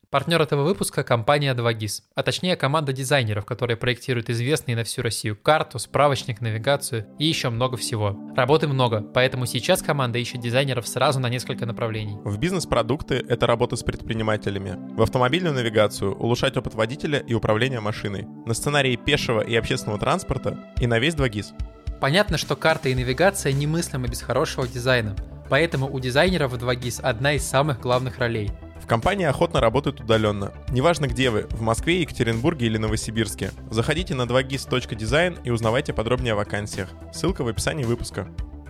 Партнер этого выпуска – компания 2GIS, а точнее команда дизайнеров, которые проектируют известные на всю Россию карту, справочник, навигацию и еще много всего. Работы много, поэтому сейчас команда ищет дизайнеров сразу на несколько направлений. В бизнес-продукты — это работа с предпринимателями. В автомобильную навигацию — улучшать опыт водителя и управления машиной. На сценарии пешего и общественного транспорта и на весь 2GIS. Понятно, что карта и навигация немыслимы без хорошего дизайна, поэтому у дизайнеров в 2GIS одна из самых главных ролей. В компании охотно работают удаленно. Неважно, где вы — в Москве, Екатеринбурге или Новосибирске. Заходите на 2GIS.design и узнавайте подробнее о вакансиях. Ссылка в описании выпуска.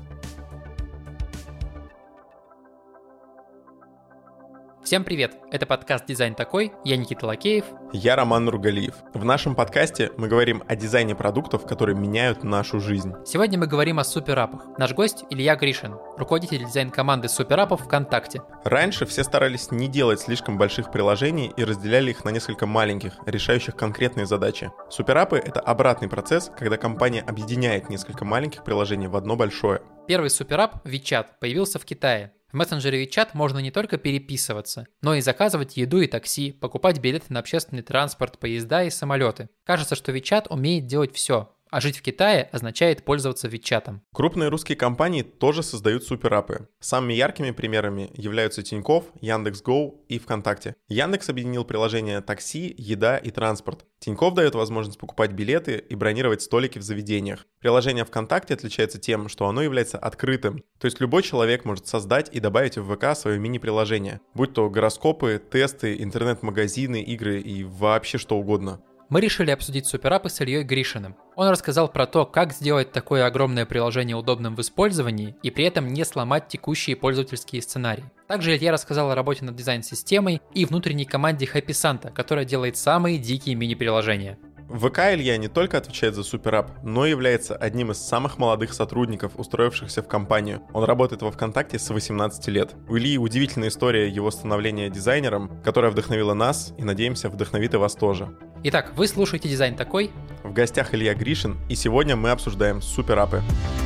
Всем привет! Это подкаст «Дизайн такой», я Никита Лакеев. Я Роман Нургалиев. В нашем подкасте мы говорим о дизайне продуктов, которые меняют нашу жизнь. Сегодня мы говорим о суперапах. Наш гость Илья Гришин, руководитель дизайн-команды суперапов ВКонтакте. Раньше все старались не делать слишком больших приложений и разделяли их на несколько маленьких, решающих конкретные задачи. Суперапы — это обратный процесс, когда компания объединяет несколько маленьких приложений в одно большое. Первый суперап, WeChat, появился в Китае. В мессенджере WeChat можно не только переписываться, но и заказывать еду и такси, покупать билеты на общественный транспорт, поезда и самолеты. Кажется, что WeChat умеет делать все, а жить в Китае означает пользоваться WeChat. Крупные русские компании тоже создают суперапы. Самыми яркими примерами являются Тинькофф, Яндекс.Гоу и ВКонтакте. Яндекс объединил приложения такси, еда и транспорт. Тинькофф дает возможность покупать билеты и бронировать столики в заведениях. Приложение ВКонтакте отличается тем, что оно является открытым. То есть любой человек может создать и добавить в ВК свое мини-приложение. Будь то гороскопы, тесты, интернет-магазины, игры и вообще что угодно. Мы решили обсудить суперапы с Ильей Гришиным. Он рассказал про то, как сделать такое огромное приложение удобным в использовании и при этом не сломать текущие пользовательские сценарии. Также Илья рассказал о работе над дизайн-системой и внутренней команде HappySanta, которая делает самые дикие мини-приложения. В ВК Илья не только отвечает за суперап, но и является одним из самых молодых сотрудников, устроившихся в компанию. Он работает во ВКонтакте с 18 лет. У Ильи удивительная история его становления дизайнером, которая вдохновила нас и, надеемся, вдохновит и вас тоже. Итак, вы слушаете «Дизайн такой». В гостях Илья Гришин, и сегодня мы обсуждаем суперапы.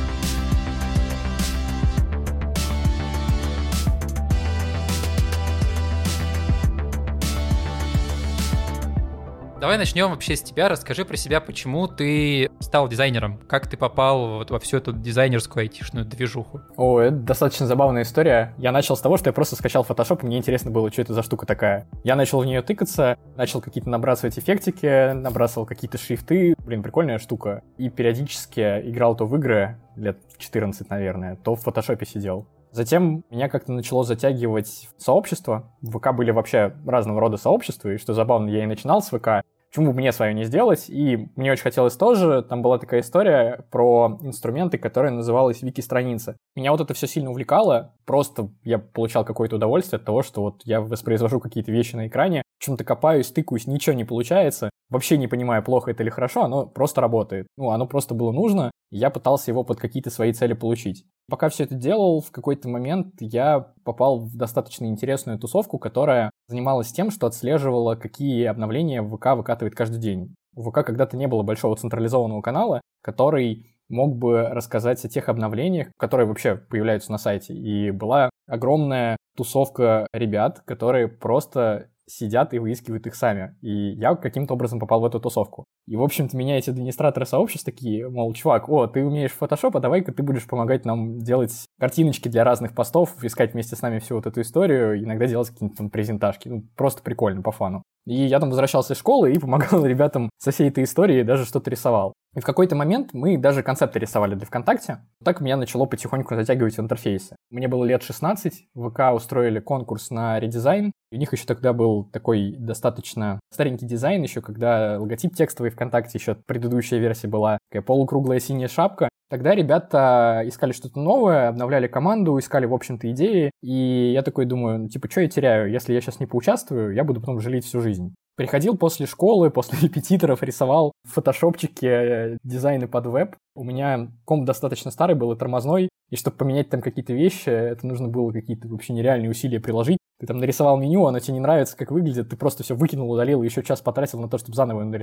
Давай начнем вообще с тебя. Расскажи про себя, почему ты стал дизайнером, как ты попал вот во всю эту дизайнерскую айтишную движуху. Это достаточно забавная история. Я начал с того, что я просто скачал Photoshop, и мне интересно было, что это за штука такая. Я начал в нее тыкаться, начал какие-то набрасывать эффектики, набрасывал какие-то шрифты. Прикольная штука. И периодически играл то в игры, лет в 14, наверное, то в Фотошопе сидел. Затем меня как-то начало затягивать в сообщество. В ВК были вообще разного рода сообщества, и что забавно, я и начинал с ВК. Почему бы мне свое не сделать? И мне очень хотелось тоже. Там была такая история про инструменты, которая называлась Вики-страница. Меня вот это все сильно увлекало. Просто я получал какое-то удовольствие от того, что вот я воспроизвожу какие-то вещи на экране, в чем-то копаюсь, тыкаюсь, ничего не получается. Вообще не понимаю, плохо это или хорошо, оно просто работает. Оно просто было нужно, и я пытался его под какие-то свои цели получить. Пока все это делал, в какой-то момент я попал в достаточно интересную тусовку, которая занималась тем, что отслеживала, какие обновления ВК выкатывает каждый день. У ВК когда-то не было большого централизованного канала, который мог бы рассказать о тех обновлениях, которые вообще появляются на сайте. И была огромная тусовка ребят, которые просто сидят и выискивают их сами. И я каким-то образом попал в эту тусовку. И, в общем-то, меня эти администраторы сообществ такие, мол, чувак, ты умеешь Photoshop, а давай-ка ты будешь помогать нам делать картиночки для разных постов, искать вместе с нами всю вот эту историю, иногда делать какие-то там презентажки. Просто прикольно, по фану. И я там возвращался из школы и помогал ребятам со всей этой историей, даже что-то рисовал. И в какой-то момент мы даже концепты рисовали для ВКонтакте. Так меня начало потихоньку затягивать в интерфейсы. Мне было лет 16, в ВК устроили конкурс на редизайн. И у них еще тогда был такой достаточно старенький дизайн, еще когда логотип текстовый ВКонтакте, еще предыдущая версия была такая полукруглая синяя шапка. Тогда ребята искали что-то новое, обновляли команду, искали, в общем-то, идеи. И я такой думаю, что я теряю? Если я сейчас не поучаствую, я буду потом жалеть всю жизнь. Приходил после школы, после репетиторов, рисовал в фотошопчике дизайны под веб. У меня комп достаточно старый был и тормозной, и чтобы поменять там какие-то вещи, это нужно было какие-то вообще нереальные усилия приложить. Ты там нарисовал меню, оно тебе не нравится, как выглядит, ты просто все выкинул, удалил, и еще час потратил на то, чтобы заново его нарисовать.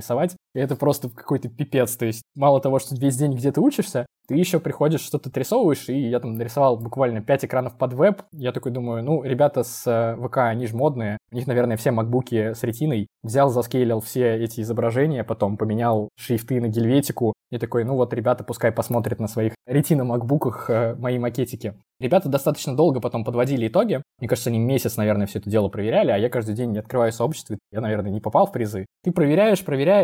И это просто какой-то пипец. То есть мало того, что весь день где-то учишься, ты еще приходишь, что-то отрисовываешь, и я там нарисовал буквально 5 экранов под веб. Я такой думаю, ну, ребята с ВК, они же модные, у них, наверное, все макбуки с ретиной. Взял, заскейлил все эти изображения, потом поменял шрифты на гельветику. И такой, ну вот, ребята пускай посмотрят на своих ретино-макбуках мои макетики. Ребята достаточно долго потом подводили итоги. Мне кажется, они месяц, наверное, все это дело проверяли, а я каждый день открываю сообщество. Я, наверное, не попал в призы. Ты проверяешь.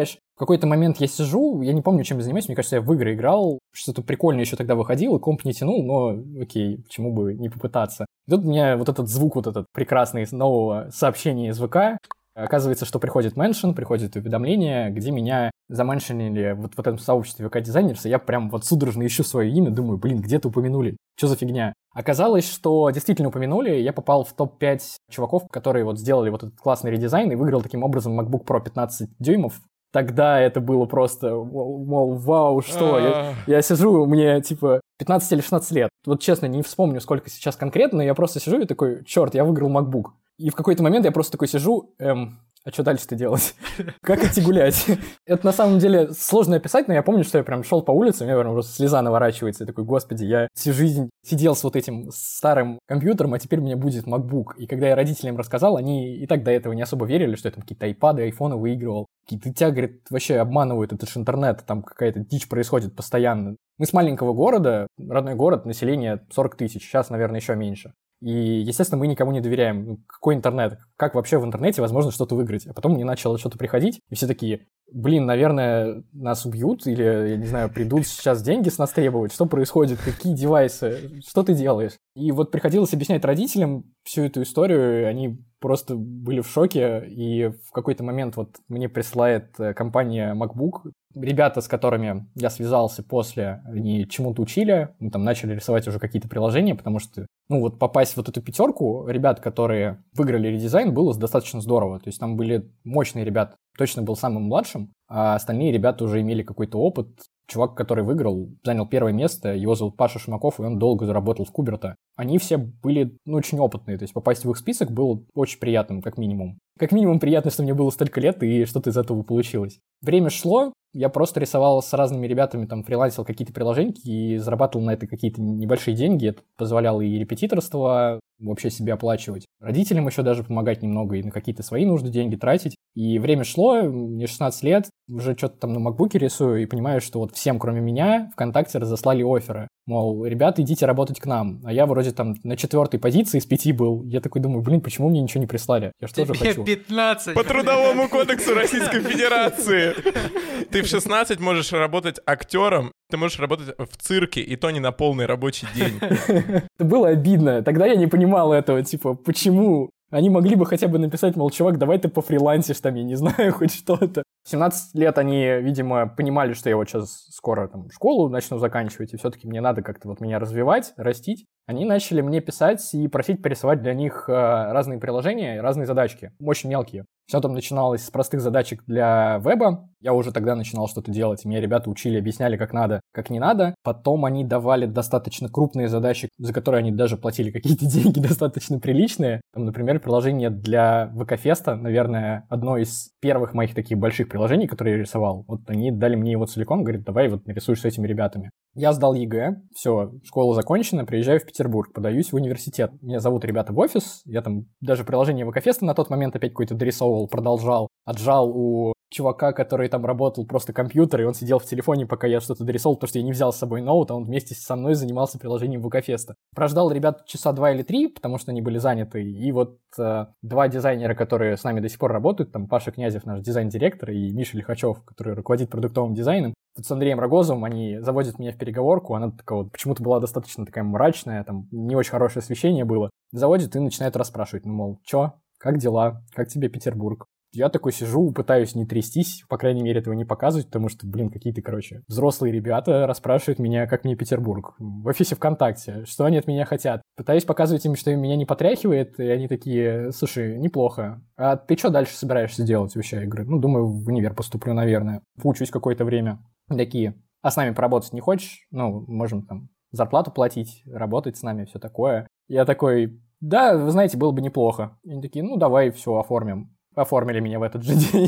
В какой-то момент я сижу, я не помню, чем я занимаюсь. Мне кажется, я в игры играл. Что-то прикольное еще тогда выходило, комп не тянул, но окей, почему бы не попытаться. И тут у меня вот этот звук, вот этот прекрасный из нового сообщения из ВК. Оказывается, что приходит меншн, приходит уведомление, где меня заменшинили вот в этом сообществе ВК-дизайнерса. Я прям вот судорожно ищу свое имя, думаю, блин, где-то упомянули. Что за фигня? Оказалось, что действительно упомянули, я попал в топ-5 чуваков, которые вот сделали вот этот классный редизайн и выиграл таким образом MacBook Pro 15 дюймов. Тогда это было просто, мол, вау, что? Я сижу, мне типа 15 или 16 лет. Вот честно, не вспомню, сколько сейчас конкретно, но я просто сижу и такой, черт, я выиграл MacBook. И в какой-то момент я просто такой сижу, а что дальше-то делать? Как идти гулять? Это на самом деле сложно описать, но я помню, что я прям шел по улице, у меня прям просто слеза наворачивается. Я такой, господи, я всю жизнь сидел с вот этим старым компьютером, а теперь у меня будет MacBook. И когда я родителям рассказал, они и так до этого не особо верили, что я там какие-то айпады, айфоны выигрывал. Какие-то тебя, говорит, вообще обманывают, это же интернет, там какая-то дичь происходит постоянно. Мы с маленького города, родной город, население 40 тысяч, сейчас, наверное, еще меньше. И, естественно, мы никому не доверяем. Ну, какой интернет? Как вообще в интернете возможно что-то выиграть? А потом мне начало что-то приходить, и все такие, блин, наверное, нас убьют, или, я не знаю, придут сейчас деньги с нас требовать. Что происходит? Какие девайсы? Что ты делаешь? И вот приходилось объяснять родителям всю эту историю, они просто были в шоке, и в какой-то момент вот мне присылает компания MacBook. Ребята, с которыми я связался после, они чему-то учили, мы там начали рисовать уже какие-то приложения, потому что, ну вот попасть в вот эту пятерку ребят, которые выиграли редизайн, было достаточно здорово. То есть там были мощные ребята, точно был самым младшим, а остальные ребята уже имели какой-то опыт. Чувак, который выиграл, занял первое место, его зовут Паша Шумаков, и он долго заработал в Куберта. Они все были очень опытные, то есть попасть в их список было очень приятным, как минимум. Как минимум приятно, что мне было столько лет, и что-то из этого получилось. Время шло, я просто рисовал с разными ребятами, там, фрилансил какие-то приложеньки и зарабатывал на это какие-то небольшие деньги. Это позволяло и репетиторство вообще себе оплачивать. Родителям еще даже помогать немного и на какие-то свои нужды деньги тратить. И время шло, мне 16 лет, уже что-то там на макбуке рисую и понимаю, что вот всем, кроме меня, ВКонтакте разослали офферы. Мол, ребята, идите работать к нам. А я вроде там на 4-й позиции из 5 был. Я такой думаю, блин, почему мне ничего не прислали? Я что же хочу? 15. По Трудовому кодексу Российской Федерации. Ты в 16 можешь работать актером, ты можешь работать в цирке, и то не на полный рабочий день. Это было обидно. Тогда я не понимал этого, типа, почему? Они могли бы хотя бы написать, мол, чувак, давай ты пофрилансишь там, я не знаю, хоть что-то. В 17 лет они, видимо, понимали, что я вот сейчас скоро там школу начну заканчивать, и все-таки мне надо как-то вот меня развивать, растить. Они начали мне писать и просить порисовать для них разные приложения, разные задачки, очень мелкие. Все там начиналось с простых задачек для веба. Я уже тогда начинал что-то делать. Меня ребята учили, объясняли, как надо, как не надо. Потом они давали достаточно крупные задачи, за которые они даже платили какие-то деньги достаточно приличные. Там, например, приложение для ВК-феста, наверное, одно из первых моих таких больших приложений, которые я рисовал. Вот они дали мне его целиком, говорят, давай вот нарисуешь с этими ребятами. Я сдал ЕГЭ, все, школа закончена, приезжаю в Петербург, подаюсь в университет. Меня зовут ребята в офис, я там даже приложение ВК-феста на тот момент опять какое-то дорисовывал, продолжал, отжал у чувака, который там работал, просто компьютер, и он сидел в телефоне, пока я что-то дорисовал, потому что я не взял с собой ноут, а он вместе со мной занимался приложением ВК-феста. Прождал ребят часа 2 или 3, потому что они были заняты, и вот два дизайнера, которые с нами до сих пор работают, там Паша Князев, наш дизайн-директор, и Миша Лихачев, который руководит продуктовым дизайном, тут с Андреем Рогозовым они заводят меня в переговорку, она такая вот почему-то была достаточно такая мрачная, там не очень хорошее освещение было, заводят и начинают расспрашивать, ну, мол, чё, как дела, как тебе Петербург? Я такой сижу, пытаюсь не трястись, по крайней мере, этого не показывать, потому что, блин, какие-то, короче, взрослые ребята расспрашивают меня, как мне Петербург, в офисе ВКонтакте, что они от меня хотят. Пытаюсь показывать им, что меня не потряхивает, и они такие, слушай, неплохо. А ты что дальше собираешься делать вообще? Я говорю, ну, думаю, в универ поступлю, наверное. Поучусь какое-то время. Такие, а с нами поработать не хочешь? Ну, можем там зарплату платить, работать с нами, все такое. Я такой, да, вы знаете, было бы неплохо. И они такие, ну, давай все оформим. Оформили меня в этот же день.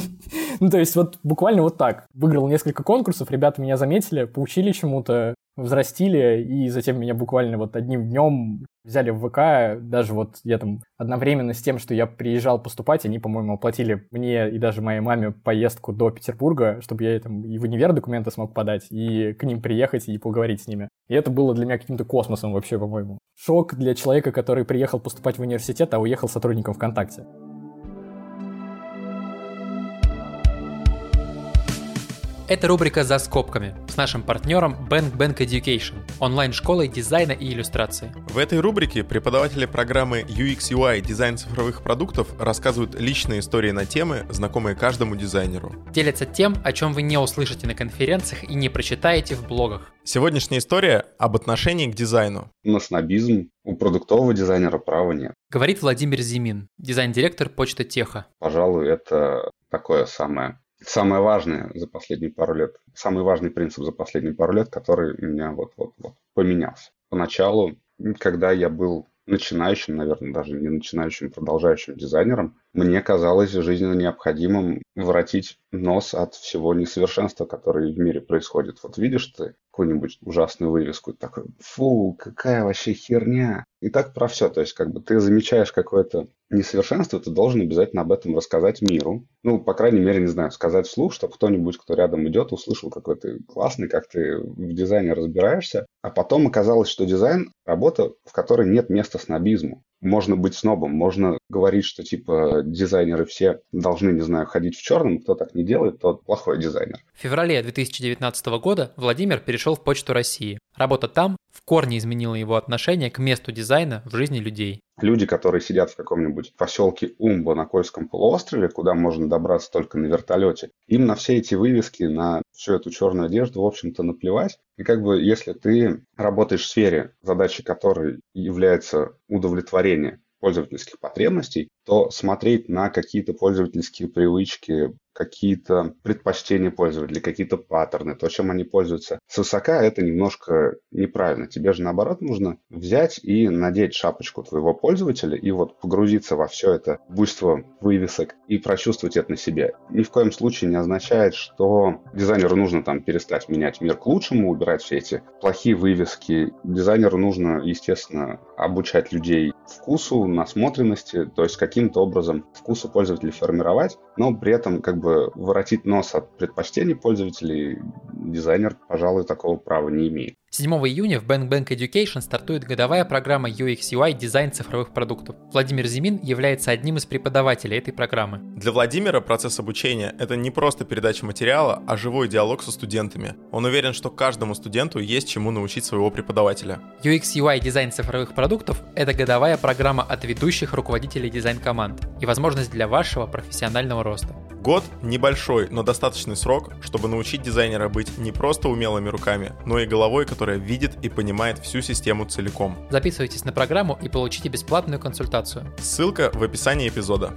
Ну, то есть вот буквально вот так. Выиграл несколько конкурсов, ребята меня заметили, поучили чему-то, взрастили, и затем меня буквально вот одним днем взяли в ВК. Даже вот я там одновременно с тем, что я приезжал поступать, они, по-моему, оплатили мне и даже моей маме поездку до Петербурга, чтобы я там и в универ документы смог подать, и к ним приехать и поговорить с ними. И это было для меня каким-то космосом вообще, по-моему. Шок для человека, который приехал поступать в университет, а уехал сотрудником ВКонтакте. Это рубрика «За скобками» с нашим партнером Bank Education, онлайн-школой дизайна и иллюстрации. В этой рубрике преподаватели программы UX/UI «Дизайн цифровых продуктов» рассказывают личные истории на темы, знакомые каждому дизайнеру. Делятся тем, о чем вы не услышите на конференциях и не прочитаете в блогах. Сегодняшняя история об отношении к дизайну. На снобизм у продуктового дизайнера права нет. Говорит Владимир Зимин, дизайн-директор Почта Теха. Пожалуй, это такое самое важное за последние пару лет, самый важный принцип за последние пару лет, который у меня вот поменялся. Поначалу, когда я был начинающим, наверное, даже не начинающим, продолжающим дизайнером, мне казалось жизненно необходимым воротить нос от всего несовершенства, которое в мире происходит. Вот видишь ты какую-нибудь ужасную вывеску, такой, фу, какая вообще херня. И так про все. То есть, как бы ты замечаешь какое-то несовершенство, ты должен обязательно об этом рассказать миру. Ну, по крайней мере, не знаю, сказать вслух, чтобы кто-нибудь, кто рядом идет, услышал, какой ты классный, как ты в дизайне разбираешься. А потом оказалось, что дизайн – работа, в которой нет места снобизму. Можно быть снобом, можно говорить, что типа дизайнеры все должны, не знаю, ходить в черном, кто так не делает, тот плохой дизайнер. В феврале 2019 года Владимир перешел в Почту России. Работа там в корне изменила его отношение к месту дизайна в жизни людей. Люди, которые сидят в каком-нибудь поселке Умба на Кольском полуострове, куда можно добраться только на вертолете, им на все эти вывески, на всю эту черную одежду, в общем-то, наплевать. И как бы если ты работаешь в сфере, задачей которой является удовлетворение пользовательских потребностей, то смотреть на какие-то пользовательские привычки, какие-то предпочтения пользователей, какие-то паттерны, то, чем они пользуются свысока, это немножко неправильно. Тебе же, наоборот, нужно взять и надеть шапочку твоего пользователя и вот погрузиться во все это буйство вывесок и прочувствовать это на себе. Ни в коем случае не означает, что дизайнеру нужно там перестать менять мир к лучшему, убирать все эти плохие вывески. Дизайнеру нужно, естественно, обучать людей вкусу, насмотренности, то есть каким-то образом вкус у пользователей формировать, но при этом как бы воротить нос от предпочтений пользователей дизайнер, пожалуй, такого права не имеет. 7 июня в Bank Education стартует годовая программа UX/UI «Дизайн цифровых продуктов». Владимир Зимин является одним из преподавателей этой программы. Для Владимира процесс обучения – это не просто передача материала, а живой диалог со студентами. Он уверен, что каждому студенту есть чему научить своего преподавателя. UX/UI «Дизайн цифровых продуктов» – это годовая программа от ведущих руководителей дизайн-команд и возможность для вашего профессионального роста. Год – небольшой, но достаточный срок, чтобы научить дизайнера быть не просто умелыми руками, но и головой, которая видит и понимает всю систему целиком. Записывайтесь на программу и получите бесплатную консультацию. Ссылка в описании эпизода.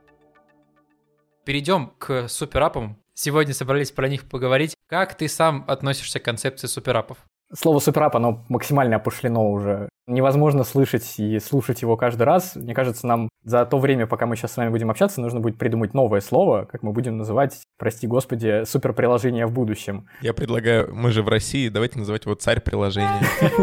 Перейдем к суперапам. Сегодня собрались про них поговорить. Как ты сам относишься к концепции суперапов? Слово суперап, оно максимально опошлено уже. Невозможно слышать и слушать его каждый раз. Мне кажется, нам за то время, пока мы сейчас с вами будем общаться, нужно будет придумать новое слово, как мы будем называть, прости господи, суперприложение в будущем. Я предлагаю, мы же в России, давайте называть его царь приложения.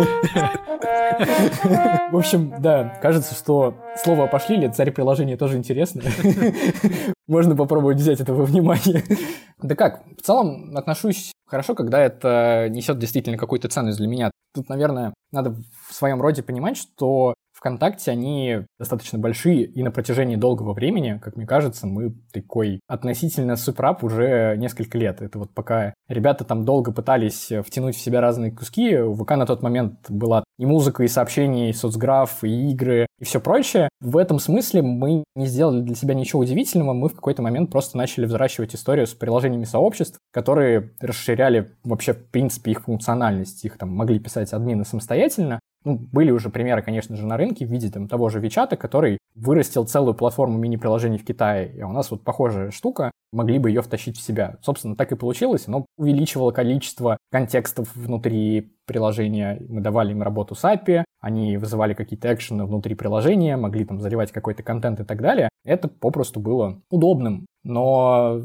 В общем, да, кажется, что слово опошлили, царь приложения тоже интересно. Можно попробовать взять это во внимание. Да как, в целом отношусь хорошо, когда это несет действительно какую-то ценность для меня. Тут, наверное, надо в своем роде понимать, что ВКонтакте они достаточно большие, и на протяжении долгого времени, как мне кажется, мы такой относительно суперап уже несколько лет. Это вот пока ребята там долго пытались втянуть в себя разные куски, у ВК на тот момент была и музыка, и сообщения, и соцграф, и игры, и все прочее. В этом смысле мы не сделали для себя ничего удивительного, мы в какой-то момент просто начали взращивать историю с приложениями сообществ, которые расширяли вообще, в принципе, их функциональность. Их там могли писать админы самостоятельно. Были уже примеры, конечно же, на рынке в виде там, того же Вичата, который вырастил целую платформу мини-приложений в Китае, и у нас вот похожая штука, могли бы ее втащить в себя. Собственно, так и получилось, оно увеличивало количество контекстов внутри приложения, мы давали им работу с API, они вызывали какие-то экшены внутри приложения, могли там заливать какой-то контент и так далее. Это попросту было удобным, но в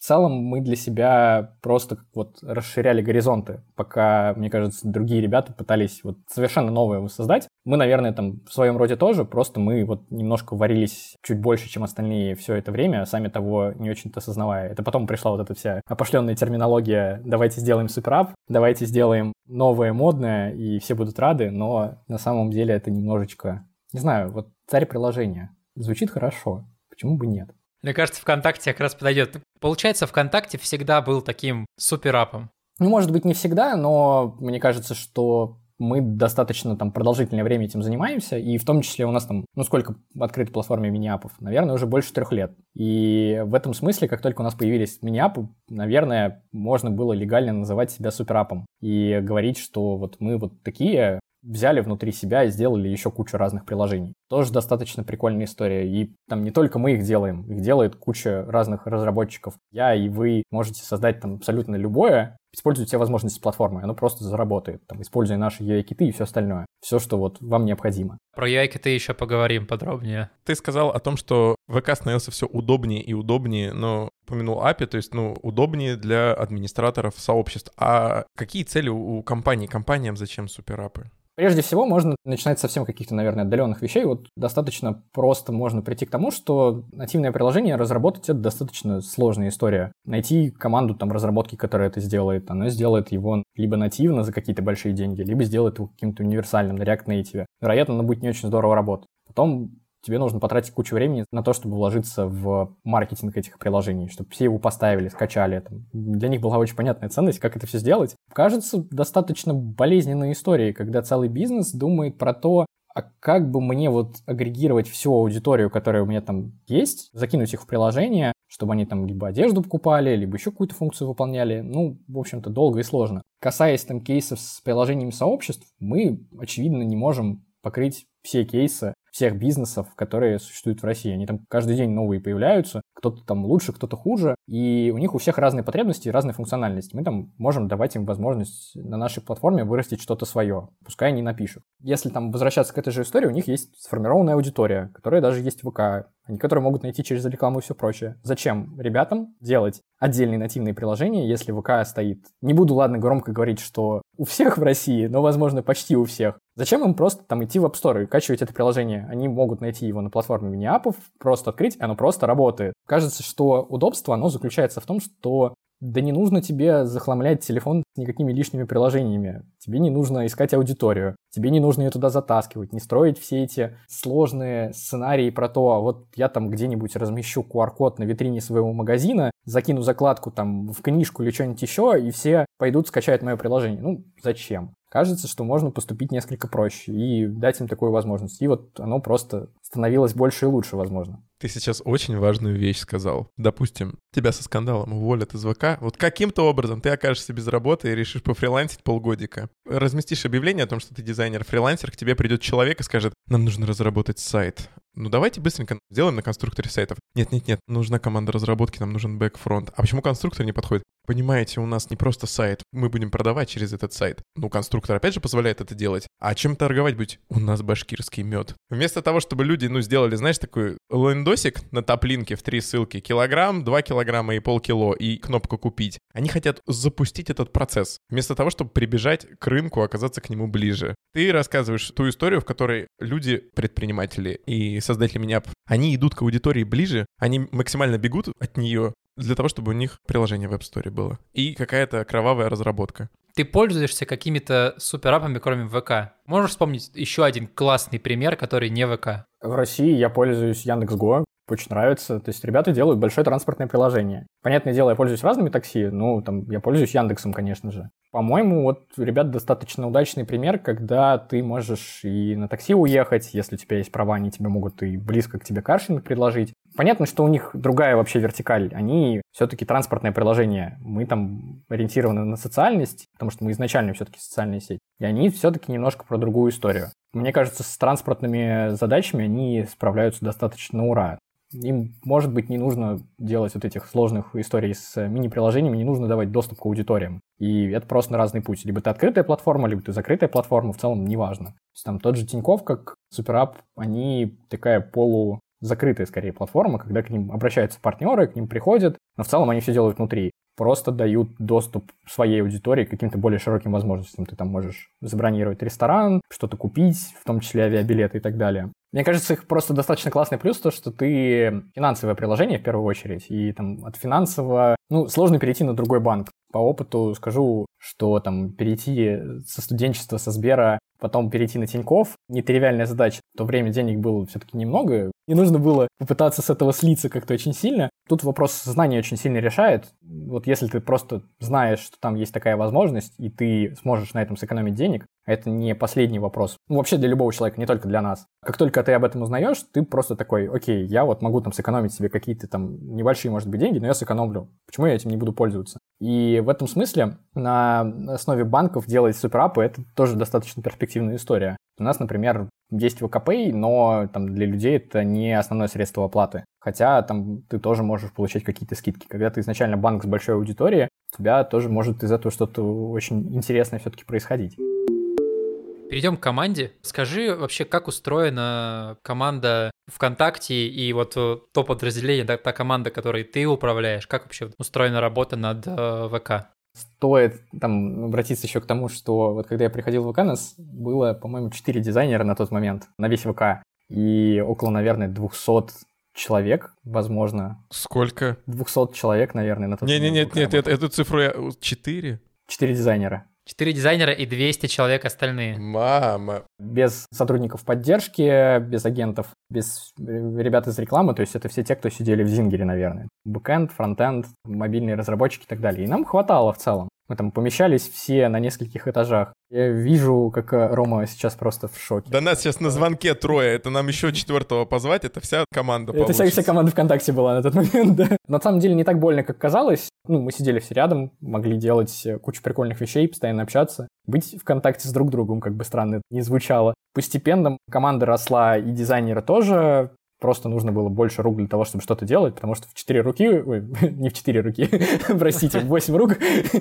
В целом мы для себя просто вот расширяли горизонты, пока, мне кажется, другие ребята пытались вот совершенно новое воссоздать. Мы, наверное, там в своем роде тоже, просто мы вот немножко варились чуть больше, чем остальные все это время, сами того не очень-то осознавая. Это потом пришла вот эта вся опошленная терминология «давайте сделаем суперап», «давайте сделаем новое, модное, и все будут рады», но на самом деле это немножечко, не знаю, вот царь приложения. Звучит хорошо, почему бы нет? Мне кажется, ВКонтакте как раз подойдет. Получается, ВКонтакте всегда был таким суперапом. Ну, может быть, не всегда, но мне кажется, что мы достаточно там продолжительное время этим занимаемся, и в том числе у нас там, ну, сколько открытой платформе мини-апов? Наверное, уже больше 3 лет. И в этом смысле, как только у нас появились мини-апы, наверное, можно было легально называть себя суперапом и говорить, что вот мы вот такие, взяли внутри себя и сделали еще кучу разных приложений. Тоже достаточно прикольная история. И там не только мы их делаем, их делает куча разных разработчиков. Я и вы можете создать там абсолютно любое, используйте все возможности платформы, оно просто заработает, там, используя наши UI-киты и все остальное. Все, что вот вам необходимо. Про UI-киты еще поговорим подробнее. Ты сказал о том, что ВК становился все удобнее и удобнее, но упомянул API, то есть, удобнее для администраторов сообществ. А какие цели у компаний? Компаниям зачем суперапы? Прежде всего, можно начинать совсем каких-то, наверное, отдаленных вещей. Вот достаточно просто можно прийти к тому, что нативное приложение разработать — это достаточно сложная история. Найти команду там разработки, которая это сделает, она сделает его либо нативно за какие-то большие деньги, либо сделает его каким-то универсальным на React Native. Вероятно, оно будет не очень здорово работать. Потом тебе нужно потратить кучу времени на то, чтобы вложиться в маркетинг этих приложений, чтобы все его поставили, скачали. Для них была очень понятная ценность, как это все сделать. Кажется, достаточно болезненной историей, когда целый бизнес думает про то, а как бы мне вот агрегировать всю аудиторию, которая у меня там есть, закинуть их в приложение, чтобы они там либо одежду покупали, либо еще какую-то функцию выполняли. Ну, в общем-то, долго и сложно. Касаясь там кейсов с приложениями сообществ, мы, очевидно, не можем покрыть все кейсы всех бизнесов, которые существуют в России. Они там каждый день новые появляются, кто-то там лучше, кто-то хуже, и у них у всех разные потребности и разные функциональности. Мы там можем давать им возможность на нашей платформе вырастить что-то свое, пускай они напишут. Если там возвращаться к этой же истории, у них есть сформированная аудитория, которая даже есть в ВК, они которые могут найти через рекламу и все прочее. Зачем ребятам делать отдельные нативные приложения, если ВК стоит? Не буду, ладно, громко говорить, что у всех в России, но, возможно, почти у всех. Зачем им просто там идти в App Store и качивать это приложение? Они могут найти его на платформе мини-апов, просто открыть, и оно просто работает. Кажется, что удобство, оно заключается в том, что да не нужно тебе захламлять телефон никакими лишними приложениями. Тебе не нужно искать аудиторию. Тебе не нужно ее туда затаскивать, не строить все эти сложные сценарии про то, а вот я там где-нибудь размещу QR-код на витрине своего магазина, закину закладку там в книжку или что-нибудь еще, и все пойдут скачать мое приложение. Ну, зачем? Кажется, что можно поступить несколько проще и дать им такую возможность. И вот оно просто становилось больше и лучше, возможно. Ты сейчас очень важную вещь сказал. Допустим, тебя со скандалом уволят из ВК. Вот каким-то образом ты окажешься без работы и решишь пофрилансить полгодика. Разместишь объявление о том, что ты дизайнер-фрилансер, к тебе придет человек и скажет: нам нужно разработать сайт. Ну давайте быстренько сделаем на конструкторе сайтов. Нет, нужна команда разработки, нам нужен бэк-фронт. А почему конструктор не подходит? Понимаете, у нас не просто сайт, мы будем продавать через этот сайт. Ну, конструктор опять же позволяет это делать. А чем торговать будете? У нас башкирский мед. Вместо того, чтобы люди, сделали, знаешь, такой лендосик на топлинке в 3 ссылки. Килограмм, 2 килограмма и полкило, и кнопка «Купить». Они хотят запустить этот процесс. Вместо того, чтобы прибежать к рынку, оказаться к нему ближе. Ты рассказываешь ту историю, в которой люди, предприниматели и создатели мини-апов, они идут к аудитории ближе, они максимально бегут от нее для того, чтобы у них приложение в App Store было. И какая-то кровавая разработка. Ты пользуешься какими-то суперапами, кроме ВК? Можешь вспомнить еще один классный пример, который не ВК? В России я пользуюсь Яндекс.Го. Очень нравится. То есть ребята делают большое транспортное приложение. Понятное дело, я пользуюсь разными такси, я пользуюсь Яндексом, конечно же. По-моему, вот у ребят достаточно удачный пример, когда ты можешь и на такси уехать, если у тебя есть права, они тебе могут и близко к тебе каршеринг предложить. Понятно, что у них другая вообще вертикаль. Они все-таки транспортное приложение. Мы там ориентированы на социальность, потому что мы изначально все-таки социальная сеть. И они все-таки немножко про другую историю. Мне кажется, с транспортными задачами они справляются достаточно на ура. Им, может быть, не нужно делать вот этих сложных историй с мини-приложениями, не нужно давать доступ к аудиториям. И это просто на разный путь. Либо ты открытая платформа, либо ты закрытая платформа, в целом неважно. То есть там тот же Тинькофф, как суперап, они такая закрытая, скорее, платформа, когда к ним обращаются партнеры, к ним приходят, но в целом они все делают внутри. Просто дают доступ своей аудитории к каким-то более широким возможностям. Ты там можешь забронировать ресторан, что-то купить, в том числе авиабилеты и так далее. Мне кажется, их просто достаточно классный плюс, то, что ты финансовое приложение в первую очередь, и там от финансового, сложно перейти на другой банк. По опыту скажу, что там перейти со студенчества, со Сбера, потом перейти на Тинькофф — нетривиальная задача. В то время денег было все-таки немного, и нужно было попытаться с этого слиться как-то очень сильно. Тут вопрос знания очень сильно решает. Вот если ты просто знаешь, что там есть такая возможность, и ты сможешь на этом сэкономить денег, это не последний вопрос. Вообще для любого человека, не только для нас. Как только ты об этом узнаешь, ты просто такой: окей, я вот могу там сэкономить себе какие-то там небольшие, может быть, деньги, но я сэкономлю. Почему я этим не буду пользоваться? И в этом смысле на основе банков делать суперапы — это тоже достаточно перспективная история. У нас, например, есть ВКПэй, но там для людей это не основное средство оплаты. Хотя там ты тоже можешь получать какие-то скидки. Когда ты изначально банк с большой аудиторией, у тебя тоже может из этого что-то очень интересное все-таки происходить. Перейдем к команде. Скажи вообще, как устроена команда ВКонтакте и вот то подразделение, та команда, которой ты управляешь, как вообще устроена работа над ВК? Стоит там обратиться еще к тому, что вот когда я приходил в ВК, нас было, по-моему, 4 дизайнера на тот момент, на весь ВК, и около, наверное, 200 человек, возможно. Сколько? 200 человек, наверное, на тот момент. Нет, эту цифру я... 4? 4 дизайнера. 4 дизайнера и 200 человек остальные. Мама. Без сотрудников поддержки, без агентов, без ребят из рекламы. То есть это все те, кто сидели в Зингере, наверное. Бэкэнд, фронтенд, мобильные разработчики и так далее. И нам хватало в целом. Мы там помещались все на нескольких этажах. Я вижу, как Рома сейчас просто в шоке. Да нас сейчас на звонке 3. Это нам еще 4-го позвать. Это вся команда получится. Это вся команда ВКонтакте была на тот момент, да. На самом деле не так больно, как казалось. Мы сидели все рядом, могли делать кучу прикольных вещей, постоянно общаться. Быть в контакте с друг другом, как бы странно это ни звучало. Постепенно команда росла, и дизайнеры тоже. Просто нужно было больше рук для того, чтобы что-то делать, потому что в 4 руки, не в 4 руки, простите, в 8 рук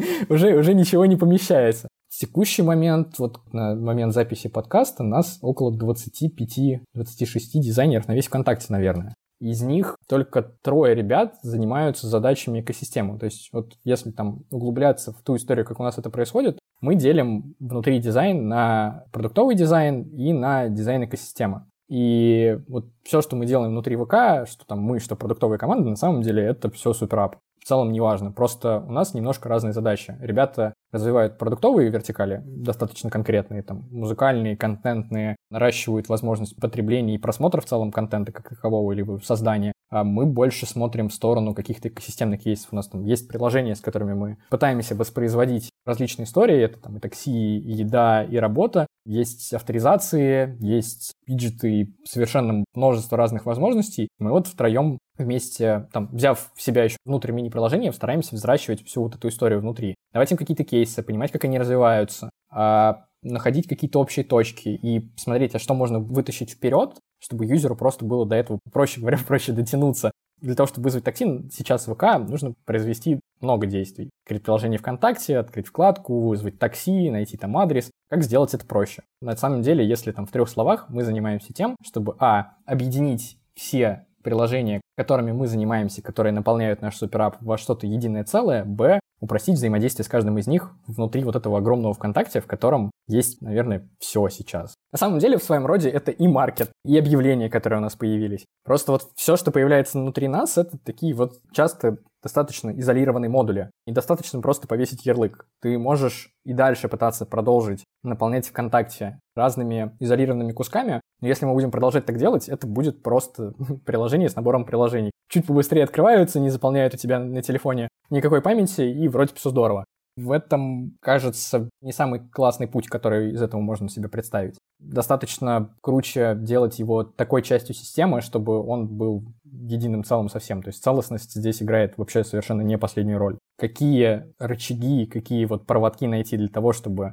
уже ничего не помещается. В текущий момент, вот на момент записи подкаста, нас около 25-26 дизайнеров на весь ВКонтакте, наверное. Из них только 3 ребят занимаются задачами экосистемы. То есть вот если там углубляться в ту историю, как у нас это происходит, мы делим внутри дизайн на продуктовый дизайн и на дизайн экосистемы. И вот все, что мы делаем внутри ВК, что там мы, что продуктовая команда, на самом деле это все суперап. В целом не важно, просто у нас немножко разные задачи. Ребята развивают продуктовые вертикали, достаточно конкретные, там, музыкальные, контентные, наращивают возможность потребления и просмотра в целом контента как такового, либо создания. А мы больше смотрим в сторону каких-то экосистемных кейсов. У нас там есть приложения, с которыми мы пытаемся воспроизводить различные истории. Это там и такси, и еда, и работа. Есть авторизации, есть виджеты, совершенно множество разных возможностей. Мы вот втроем вместе, там, взяв в себя еще внутрь мини-приложения, стараемся взращивать всю вот эту историю внутри. Давать им какие-то кейсы, понимать, как они развиваются, находить какие-то общие точки и смотреть, а что можно вытащить вперед, чтобы юзеру просто было до этого, проще говоря, проще дотянуться. Для того, чтобы вызвать такси, сейчас в ВК нужно произвести много действий. Открыть приложение ВКонтакте, открыть вкладку, вызвать такси, найти там адрес. Как сделать это проще? На самом деле, если там в 3 словах, мы занимаемся тем, чтобы объединить все приложения, которыми мы занимаемся, которые наполняют наш суперап во что-то единое целое, упростить взаимодействие с каждым из них внутри вот этого огромного ВКонтакте, в котором есть, наверное, все сейчас. На самом деле, в своем роде это и маркет, и объявления, которые у нас появились. Просто вот все, что появляется внутри нас, это такие вот часто достаточно изолированные модули. Недостаточно просто повесить ярлык. Ты можешь и дальше пытаться продолжить наполнять ВКонтакте разными изолированными кусками, но если мы будем продолжать так делать, это будет просто приложение с набором приложений. Чуть побыстрее открываются, не заполняют у тебя на телефоне никакой памяти, и вроде все здорово. В этом, кажется, не самый классный путь, который из этого можно себе представить. Достаточно круче делать его такой частью системы, чтобы он был единым целым совсем. То есть целостность здесь играет вообще совершенно не последнюю роль. Какие рычаги, какие вот проводки найти для того, чтобы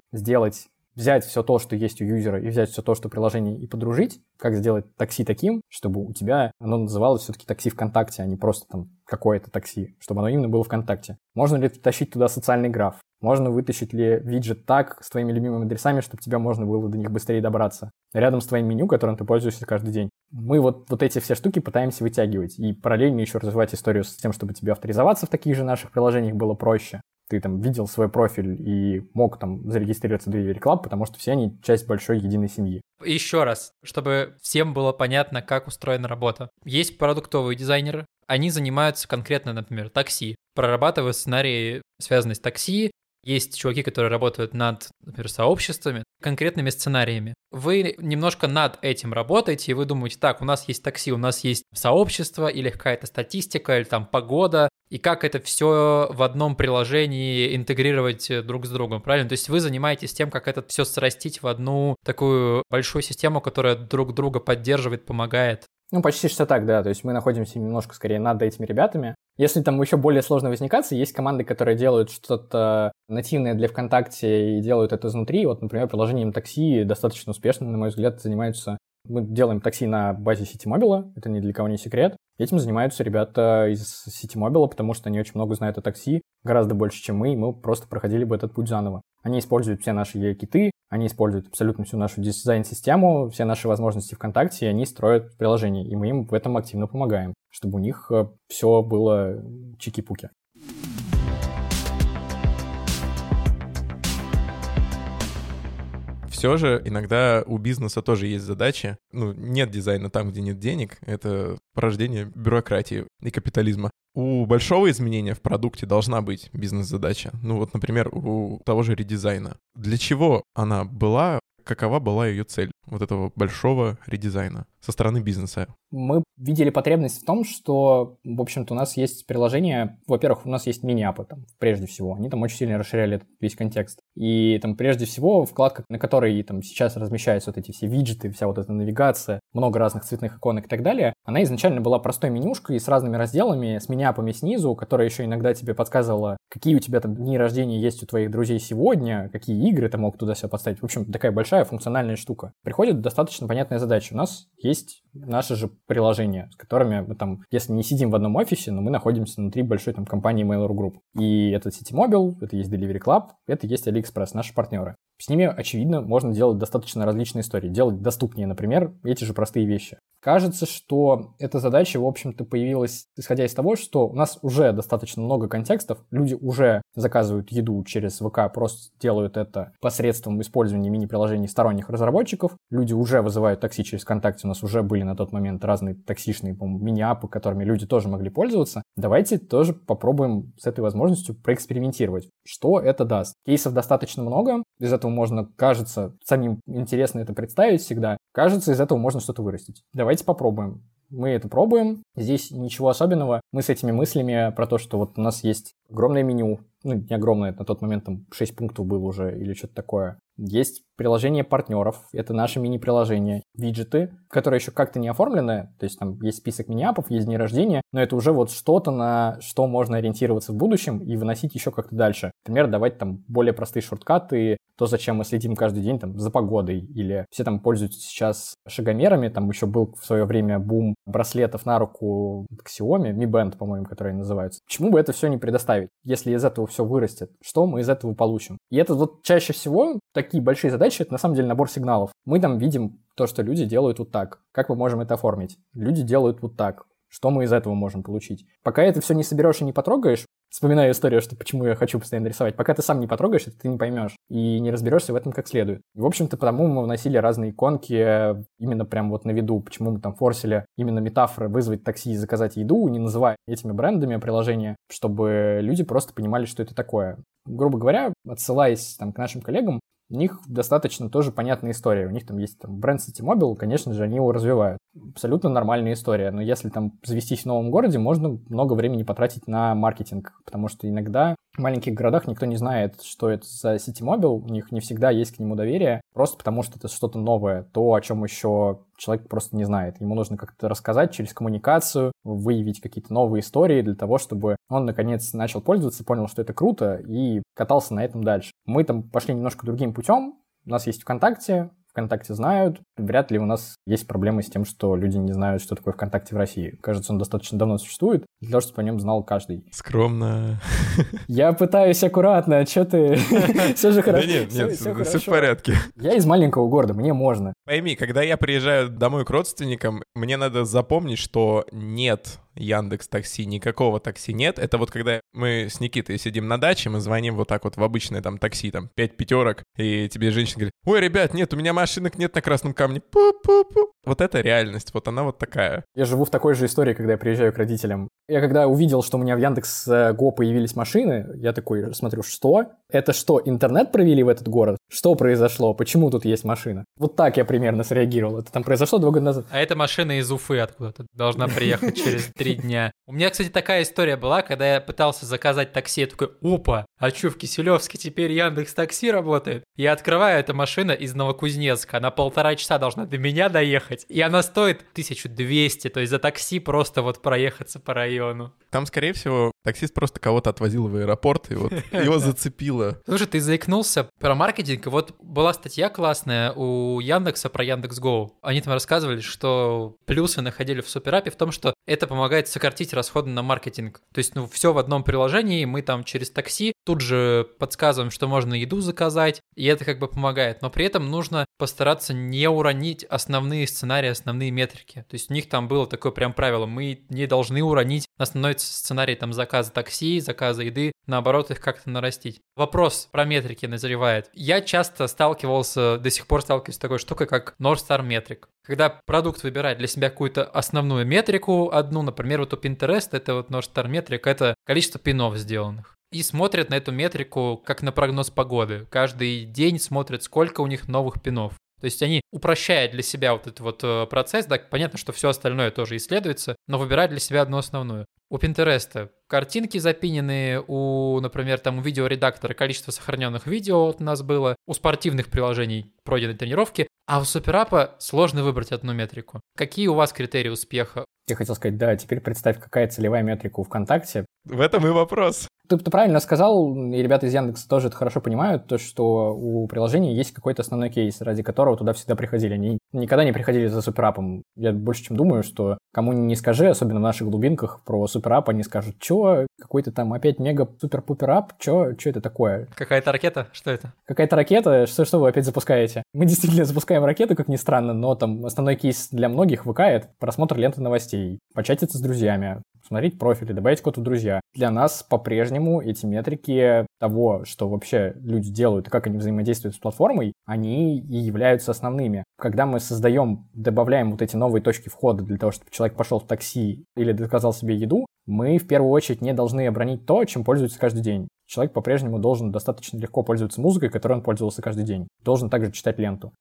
взять все то, что есть у юзера, и взять все то, что приложение, и подружить, как сделать такси таким, чтобы у тебя оно называлось все-таки такси ВКонтакте, а не просто там какое-то такси, чтобы оно именно было ВКонтакте. Можно ли тащить туда социальный граф? Можно вытащить ли виджет так с твоими любимыми адресами, чтобы тебе можно было до них быстрее добраться? Рядом с твоим меню, которым ты пользуешься каждый день. Мы вот эти все штуки пытаемся вытягивать и параллельно еще развивать историю с тем, чтобы тебе авторизоваться в таких же наших приложениях было проще. Ты там видел свой профиль и мог там зарегистрироваться в Delivery Club, потому что все они часть большой единой семьи. Еще раз, чтобы всем было понятно, как устроена работа. Есть продуктовые дизайнеры, они занимаются конкретно, например, такси, прорабатывают сценарии, связанные с такси. Есть чуваки, которые работают над, например, сообществами, конкретными сценариями. Вы немножко над этим работаете, и вы думаете, так, у нас есть такси, у нас есть сообщество, или какая-то статистика, или там погода, и как это все в одном приложении интегрировать друг с другом, правильно? То есть вы занимаетесь тем, как это все срастить в одну такую большую систему, которая друг друга поддерживает, помогает. Ну, почти что так, да. То есть мы находимся немножко скорее над этими ребятами. Если там еще более сложно возникаться, есть команды, которые делают что-то нативное для ВКонтакте и делают это изнутри. Вот, например, приложением такси достаточно успешно, на мой взгляд, занимаются. Мы делаем такси на базе Ситимобила, это ни для кого не секрет. Этим занимаются ребята из Ситимобила, потому что они очень много знают о такси, гораздо больше, чем мы, и мы просто проходили бы этот путь заново. Они используют все наши EA-киты, они используют абсолютно всю нашу дизайн-систему, все наши возможности ВКонтакте, и они строят приложение, и мы им в этом активно помогаем, чтобы у них все было чики-пуки. Все же иногда у бизнеса тоже есть задачи. Нет дизайна там, где нет денег. Это порождение бюрократии и капитализма. У большого изменения в продукте должна быть бизнес-задача. Например, у того же редизайна. Для чего она была? Какова была ее цель вот этого большого редизайна со стороны бизнеса? Мы видели потребность в том, что, в общем-то, у нас есть приложение. Во-первых, у нас есть мини-апы там, прежде всего. Они там очень сильно расширяли этот весь контекст. И там, прежде всего, вкладка, на которой там сейчас размещаются вот эти все виджеты, вся вот эта навигация, много разных цветных иконок и так далее, она изначально была простой менюшкой с разными разделами, с мини-апами снизу, которая еще иногда тебе подсказывала, какие у тебя там дни рождения есть у твоих друзей сегодня, какие игры ты мог туда себя поставить. В общем, такая большая функциональная штука. Приходит достаточно понятная задача. У нас есть наши же приложения, с которыми мы там, если не сидим в одном офисе, но мы находимся внутри большой там компании Mail.ru Group. И это Ситимобил, это есть Delivery Club, это есть AliExpress, наши партнеры. С ними, очевидно, можно делать достаточно различные истории. Делать доступнее, например, эти же простые вещи. Кажется, что эта задача, в общем-то, появилась, исходя из того, что у нас уже достаточно много контекстов, люди уже заказывают еду через ВК, просто делают это посредством использования мини-приложений сторонних разработчиков, люди уже вызывают такси через ВКонтакте, у нас уже были на тот момент разные таксишные, по-моему, мини-апы, которыми люди тоже могли пользоваться. Давайте тоже попробуем с этой возможностью проэкспериментировать. Что это даст? Кейсов достаточно много, из этого можно, кажется, самим интересно это представить всегда, кажется, из этого можно что-то вырастить. Давайте попробуем. Мы это пробуем, здесь ничего особенного. Мы с этими мыслями про то, что вот у нас есть огромное меню, не огромное, на тот момент там 6 пунктов было уже или что-то такое. Есть приложение партнеров, это наши мини-приложения, виджеты, которые еще как-то не оформлены, то есть там есть список мини-апов, есть дни рождения, но это уже вот что-то, на что можно ориентироваться в будущем и выносить еще как-то дальше. Например, давать там более простые шорткаты, то, зачем мы следим каждый день там за погодой, или все там пользуются сейчас шагомерами, там еще был в свое время бум браслетов на руку Xiaomi, Mi Band, по-моему, которые называются. Почему бы это все не предоставить, если из этого все вырастет? Что мы из этого получим? И это вот чаще всего такие большие задачи, это на самом деле набор сигналов. Мы там видим то, что люди делают вот так. Как мы можем это оформить? Люди делают вот так. Что мы из этого можем получить? Пока это все не соберешь и не потрогаешь, вспоминаю историю, что почему я хочу постоянно рисовать, пока ты сам не потрогаешь, это ты не поймешь и не разберешься в этом как следует. И, в общем-то, потому мы вносили разные иконки именно прям вот на виду, почему мы там форсили именно метафоры вызвать такси и заказать еду, не называя этими брендами приложения, чтобы люди просто понимали, что это такое. Грубо говоря, отсылаясь там к нашим коллегам, у них достаточно тоже понятная история. У них там есть там бренд Ситимобил, конечно же, они его развивают. Абсолютно нормальная история. Но если там завестись в новом городе, можно много времени потратить на маркетинг, потому что иногда в маленьких городах никто не знает, что это за Ситимобил, у них не всегда есть к нему доверие, просто потому что это что-то новое, то, о чем еще человек просто не знает. Ему нужно как-то рассказать через коммуникацию, выявить какие-то новые истории для того, чтобы он, наконец, начал пользоваться, понял, что это круто, и катался на этом дальше. Мы там пошли немножко другим путем. У нас есть ВКонтакте. ВКонтакте знают. Вряд ли у нас есть проблемы с тем, что люди не знают, что такое ВКонтакте в России. Кажется, он достаточно давно существует, для того, чтобы о нем знал каждый. Скромно. Я пытаюсь аккуратно, что ты... Все же хорошо. Да нет, все в порядке. Я из маленького города, мне можно. Пойми, когда я приезжаю домой к родственникам, мне надо запомнить, что нет Яндекс.Такси, никакого такси нет. Это вот когда мы с Никитой сидим на даче, мы звоним вот так вот в обычное там такси, там 5 пятерок, и тебе женщина говорит: ой, ребят, нет, у меня машинок нет на Красном Камне. Пу-пу-пу. Вот это реальность, вот она вот такая. Я живу в такой же истории, когда я приезжаю к родителям. Я когда увидел, что у меня в Яндекс.Го появились машины, я такой смотрю, что? Это что, интернет провели в этот город? Что произошло? Почему тут есть машина? Вот так я примерно среагировал. Это там произошло 2 года назад. А эта машина из Уфы откуда-то должна приехать через 3 дня. У меня, кстати, такая история была, когда я пытался заказать такси, я такой: опа, а что, в Киселевске теперь Яндекс.Такси работает? Я открываю, эта машина из Новокузнецка, она 1,5 часа должна до меня доехать, и она стоит 1200, то есть за такси просто вот проехаться по району. Там, скорее всего, таксист просто кого-то отвозил в аэропорт, и вот его зацепило. Слушай, ты заикнулся про маркетинг, и вот была статья классная у Яндекса про Яндекс.Го. Они там рассказывали, что плюсы находили в суперапе в том, что это помогает сократить расходы на маркетинг. То есть, все в одном приложении, мы там через такси тут же подсказываем, что можно еду заказать, и это как бы помогает. Но при этом нужно постараться не уронить основные сценарии, основные метрики. То есть у них там было такое прям правило: мы не должны уронить основной сценарий там заказа такси, заказа еды, наоборот, их как-то нарастить. Вопрос про метрики назревает. Я часто до сих пор сталкиваюсь с такой штукой, как North Star Metric. Когда продукт выбирает для себя какую-то основную метрику одну, например, вот у Pinterest, это вот North Star Metric, это количество пинов сделанных. И смотрят на эту метрику как на прогноз погоды. Каждый день смотрят, сколько у них новых пинов. То есть они упрощают для себя вот этот вот процесс, да, понятно, что все остальное тоже исследуется, но выбирают для себя одну основную. У Pinterest картинки запиненные, например, там у видеоредактора количество сохраненных видео вот у нас было, у спортивных приложений пройдены тренировки, а у суперапа сложно выбрать одну метрику. Какие у вас критерии успеха? Я хотел сказать, да, теперь представь, какая целевая метрика у ВКонтакте. В этом и вопрос. Ты правильно сказал, и ребята из Яндекса тоже это хорошо понимают, то, что у приложения есть какой-то основной кейс, ради которого туда всегда приходили. Они никогда не приходили за суперапом. Я больше чем думаю, что кому не скажи, особенно в наших глубинках, про суперап, они скажут: чё, какой-то там опять мега-супер-пупер-ап, чё это такое? Какая-то ракета? Что это? Какая-то ракета? Что вы опять запускаете? Мы действительно запускаем ракету, как ни странно, но там основной кейс для многих ВК — это просмотр ленты новостей, початиться с друзьями, смотреть профили, добавить кого-то в друзья. Для нас по-прежнему эти метрики того, что вообще люди делают и как они взаимодействуют с платформой, они и являются основными. Когда мы добавляем вот эти новые точки входа для того, чтобы человек пошел в такси или заказал себе еду, мы в первую очередь не должны обронить то, чем пользуется каждый день. Человек по-прежнему должен достаточно легко пользоваться музыкой, которой он пользовался каждый день. Должен также читать ленту.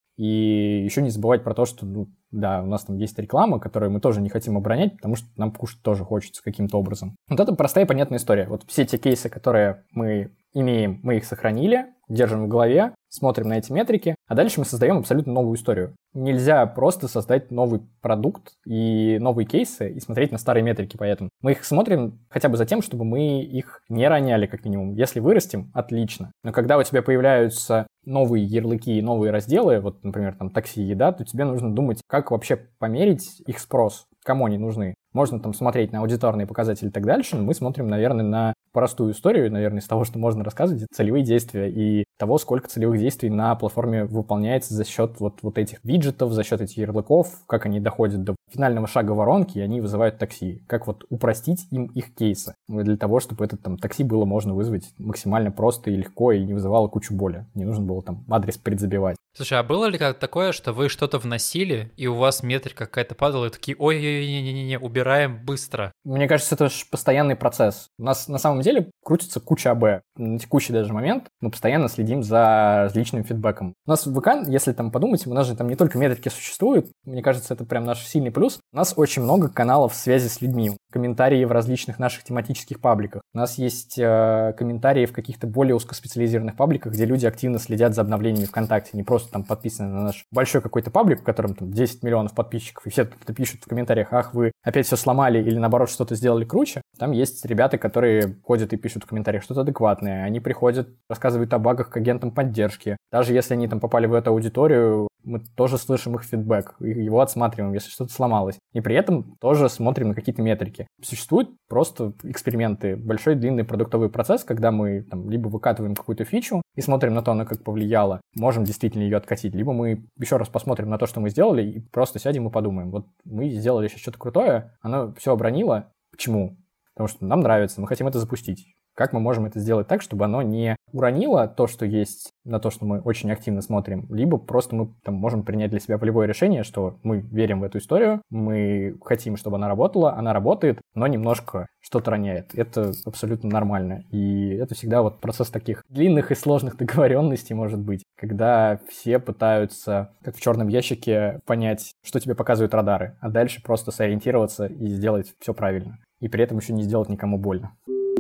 И еще не забывать про то, что, да, у нас там есть реклама, которую мы тоже не хотим оборонять, потому что нам кушать тоже хочется каким-то образом. Вот это простая и понятная история. Вот все те кейсы, которые мы имеем, мы их сохранили, держим в голове, смотрим на эти метрики, а дальше мы создаем абсолютно новую историю. Нельзя просто создать новый продукт и новые кейсы и смотреть на старые метрики, поэтому мы их смотрим хотя бы за тем, чтобы мы их не роняли как минимум. Если вырастим, отлично. Но когда у тебя появляются новые ярлыки и новые разделы, вот, например, там такси, еда, то тебе нужно думать, как вообще померить их спрос, кому они нужны. Можно там смотреть на аудиторные показатели и так дальше, но мы смотрим, наверное, на простую историю, наверное, из того, что можно рассказывать, целевые действия и того, сколько целевых действий на платформе выполняется за счет вот этих виджетов, за счет этих ярлыков, как они доходят до финального шага воронки, и они вызывают такси. Как вот упростить им их кейсы, для того, чтобы это там такси было можно вызвать максимально просто и легко, и не вызывало кучу боли. Не нужно было там адрес предзабивать. Слушай, а было ли как-то такое, что вы что-то вносили, и у вас метрика какая-то падала, и такие: ой, не-не-не, убираем быстро? Мне кажется, это же постоянный процесс. У нас на самом деле крутится куча АБ. На текущий даже момент мы постоянно следим за различным фидбэком. У нас в ВК, если там подумать, у нас же там не только метрики существуют, мне кажется, это прям наш сильный плюс. У нас очень много каналов связи с людьми, комментарии в различных наших тематических пабликах. У нас есть комментарии в каких-то более узкоспециализированных пабликах, где люди активно следят за обновлениями ВКонтакте, не просто там подписаны на наш большой какой-то паблик, в котором там 10 миллионов подписчиков, и все тут пишут в комментариях: ах, вы опять все сломали или наоборот что-то сделали круче. Там есть ребята, которые ходят и пишут в комментариях что-то адекватное. Они приходят, рассказывают о багах к агентам поддержки. Даже если они там попали в эту аудиторию, Мы тоже слышим их фидбэк, его отсматриваем, если что-то сломалось. И при этом тоже смотрим на какие-то метрики. Существуют просто эксперименты, большой длинный продуктовый процесс, когда мы там либо выкатываем какую-то фичу и смотрим на то, она как повлияла, можем действительно ее откатить, либо мы еще раз посмотрим на то, что мы сделали, и просто сядем и подумаем. Вот мы сделали сейчас что-то крутое, оно все обронило. Почему? Потому что нам нравится, мы хотим это запустить. Как мы можем это сделать так, чтобы оно не уронило то, что есть, на то, что мы очень активно смотрим, либо просто мы там можем принять для себя волевое решение, что мы верим в эту историю, мы хотим, чтобы она работала, она работает, но немножко что-то роняет. Это абсолютно нормально. И это всегда вот процесс таких длинных и сложных договоренностей может быть, когда все пытаются, как в черном ящике, понять, что тебе показывают радары, а дальше просто сориентироваться и сделать все правильно. И при этом еще не сделать никому больно.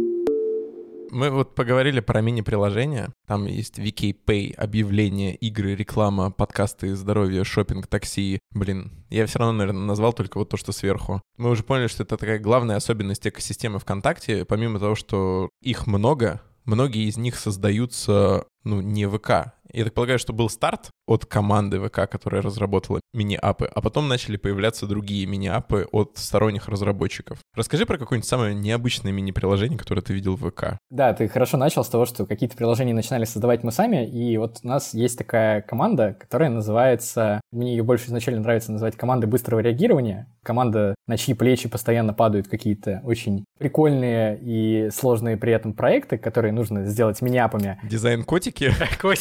Мы вот поговорили про мини-приложения. Там есть VK Pay, объявления, игры, реклама, подкасты, здоровье, шопинг, такси. Блин, я все равно, наверное, назвал только вот то, что сверху. Мы уже поняли, что это такая главная особенность экосистемы ВКонтакте. Помимо того, что их много, многие из них создаются, не ВК. Я так полагаю, что был старт от команды ВК, которая разработала мини-апы, а потом начали появляться другие мини-апы от сторонних разработчиков. Расскажи про какое-нибудь самое необычное мини-приложение, которое ты видел в ВК. Да, ты хорошо начал с того, что какие-то приложения начинали создавать мы сами, и вот у нас есть такая команда, которая называется, мне ее больше изначально нравится называть командой быстрого реагирования, команда, на чьи плечи постоянно падают какие-то очень прикольные и сложные при этом проекты, которые нужно сделать мини-апами. Дизайн-котики?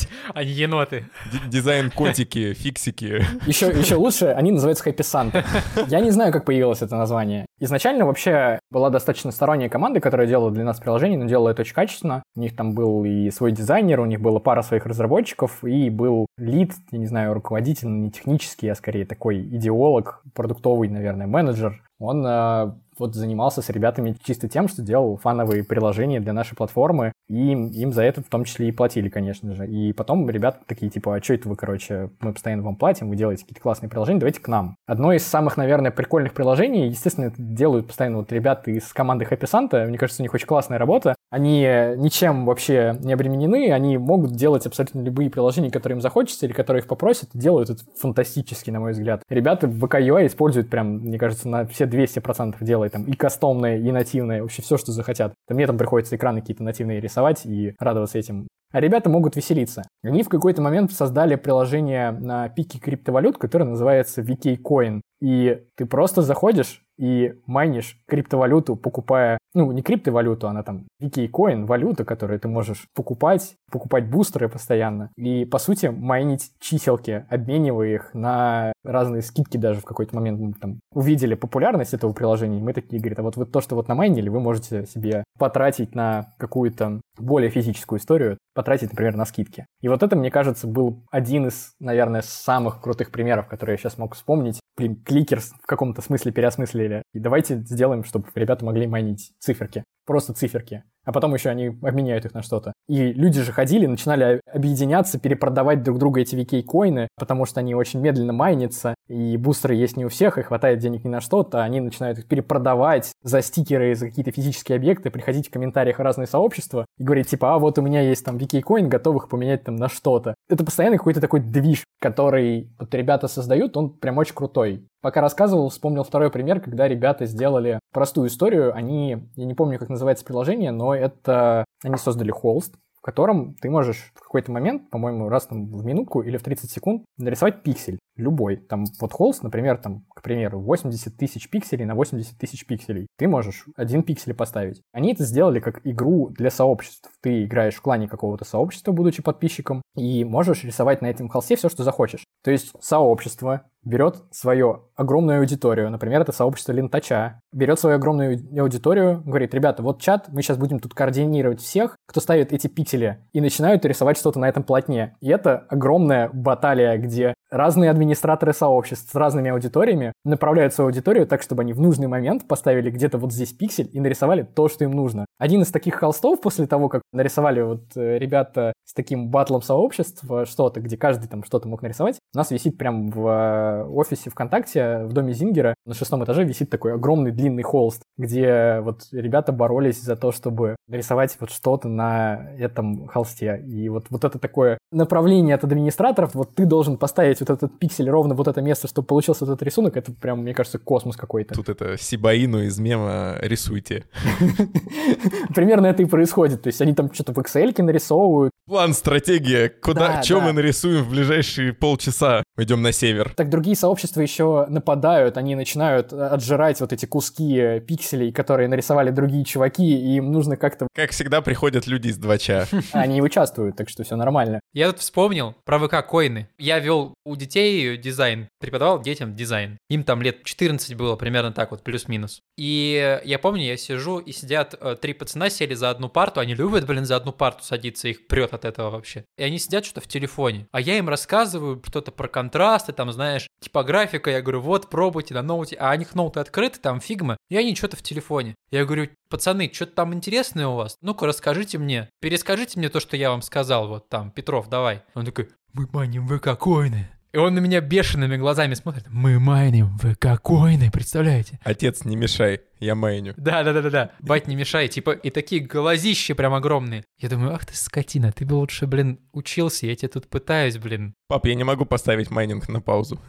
А не еноты. Дизайн-котики, фиксики. Еще лучше, они называются хэппи-санты. Я не знаю, как появилось это название. Изначально вообще была достаточно сторонняя команда, которая делала для нас приложение, но делала это очень качественно. У них там был и свой дизайнер, у них была пара своих разработчиков, и был лид, я не знаю, руководитель, не технический, а скорее такой идеолог, продуктовый, наверное, менеджер. Он вот занимался с ребятами чисто тем, что делал фановые приложения для нашей платформы, и им за это в том числе и платили, конечно же. И потом ребята такие, типа, а что это вы, мы постоянно вам платим, вы делаете какие-то классные приложения, давайте к нам. Одно из самых, наверное, прикольных приложений, естественно, это делают постоянно вот ребята из команды хэппи-санта, мне кажется, у них очень классная работа. Они ничем вообще не обременены, они могут делать абсолютно любые приложения, которые им захочется или которые их попросят, делают это фантастически, на мой взгляд. Ребята в VK.UI используют прям, мне кажется, на все 200% делают там и кастомное, и нативное, вообще все, что захотят. Мне там приходится экраны какие-то нативные рисовать и радоваться этим. А ребята могут веселиться. Они в какой-то момент создали приложение на пике криптовалют, которое называется VK Coin. И ты просто заходишь и майнишь криптовалюту, покупая, не криптовалюту, она там VK Coin, валюта, которую ты можешь покупать бустеры постоянно. И, по сути, майнить чиселки, обменивая их на разные скидки даже в какой-то момент. Мы там увидели популярность этого приложения, и мы такие говорим, а вот вы то, что вот намайнили, вы можете себе потратить на какую-то более физическую историю, потратить, например, на скидки. И вот это, мне кажется, был один из, наверное, самых крутых примеров, которые я сейчас мог вспомнить. Кликерс в каком-то смысле переосмыслили. И давайте сделаем, чтобы ребята могли майнить циферки. Просто циферки. А потом еще они обменяют их на что-то. И люди же ходили, начинали объединяться, перепродавать друг другу эти VK-коины, потому что они очень медленно майнятся, и бустеры есть не у всех, и хватает денег ни на что-то, они начинают их перепродавать за стикеры, за какие-то физические объекты, приходить в комментариях в разные сообщества и говорить, типа, вот у меня есть там VK-коин, готов их поменять там на что-то. Это постоянно какой-то такой движ, который вот ребята создают, он прям очень крутой. Пока рассказывал, вспомнил второй пример, когда ребята сделали простую историю. Я не помню, как называется приложение, но они создали холст, в котором ты можешь в какой-то момент, по-моему, раз там в минутку или в 30 секунд нарисовать пиксель. Любой. Там вот холст, например, к примеру, 80 тысяч пикселей на 80 тысяч пикселей. Ты можешь 1 пиксель поставить. Они это сделали как игру для сообществ. Ты играешь в клане какого-то сообщества, будучи подписчиком, и можешь рисовать на этом холсте все, что захочешь. То есть сообщество берет свою огромную аудиторию, например, это сообщество лентача, берет свою огромную аудиторию, говорит, ребята, вот чат, мы сейчас будем тут координировать всех, кто ставит эти пиксели, и начинают рисовать что-то на этом полотне. И это огромная баталия, где разные администраторы сообществ с разными аудиториями направляют свою аудиторию так, чтобы они в нужный момент поставили где-то вот здесь пиксель и нарисовали то, что им нужно. Один из таких холстов после того, как нарисовали вот ребята с таким батлом сообщества что-то, где каждый там что-то мог нарисовать. У нас висит прям в офисе ВКонтакте, в доме Зингера, на 6-м этаже висит такой огромный длинный холст, где вот ребята боролись за то, чтобы нарисовать вот что-то на этом холсте. И вот это такое направление от администраторов, вот ты должен поставить вот этот пиксель ровно вот это место, чтобы получился вот этот рисунок, это прям, мне кажется, космос какой-то. Тут это Сибаину из мема рисуйте. Примерно это и происходит. То есть они там что-то в Excel-ке нарисовывают. План, стратегия. Куда, что мы нарисуем в ближайшие полчаса? Идем на север. Так другие сообщества еще нападают, они начинают отжирать вот эти куски пикселей, которые нарисовали другие чуваки, и им нужно как-то... Как всегда, приходят люди из 2ча. Они участвуют, так что все нормально. Я тут вспомнил про ВК-коины. Я вел у детей дизайн, преподавал детям дизайн. Им там лет 14 было, примерно так вот, плюс-минус. И я помню, я сижу, и сидят 3 пацана, сели за одну парту, они любят, за одну парту садиться, их прет от этого вообще. И они сидят что-то в телефоне. А я им рассказываю что-то про контрасты, там, знаешь, типографика, я говорю, вот, пробуйте на ноуте, а у них ноуты открыты, там фигма, и они что-то в телефоне. Я говорю, пацаны, что-то там интересное у вас? Ну-ка, расскажите мне, перескажите мне то, что я вам сказал, вот там, Петров, давай. Он такой, мы майним ВК-коины. И он на меня бешеными глазами смотрит. Мы майним ВК-коины, представляете? Отец, не мешай, я майню. Да. Бать, не мешай. Типа, и такие глазища прям огромные. Я думаю, ах ты скотина, ты бы лучше, учился, я тебе тут пытаюсь, Пап, я не могу поставить майнинг на паузу.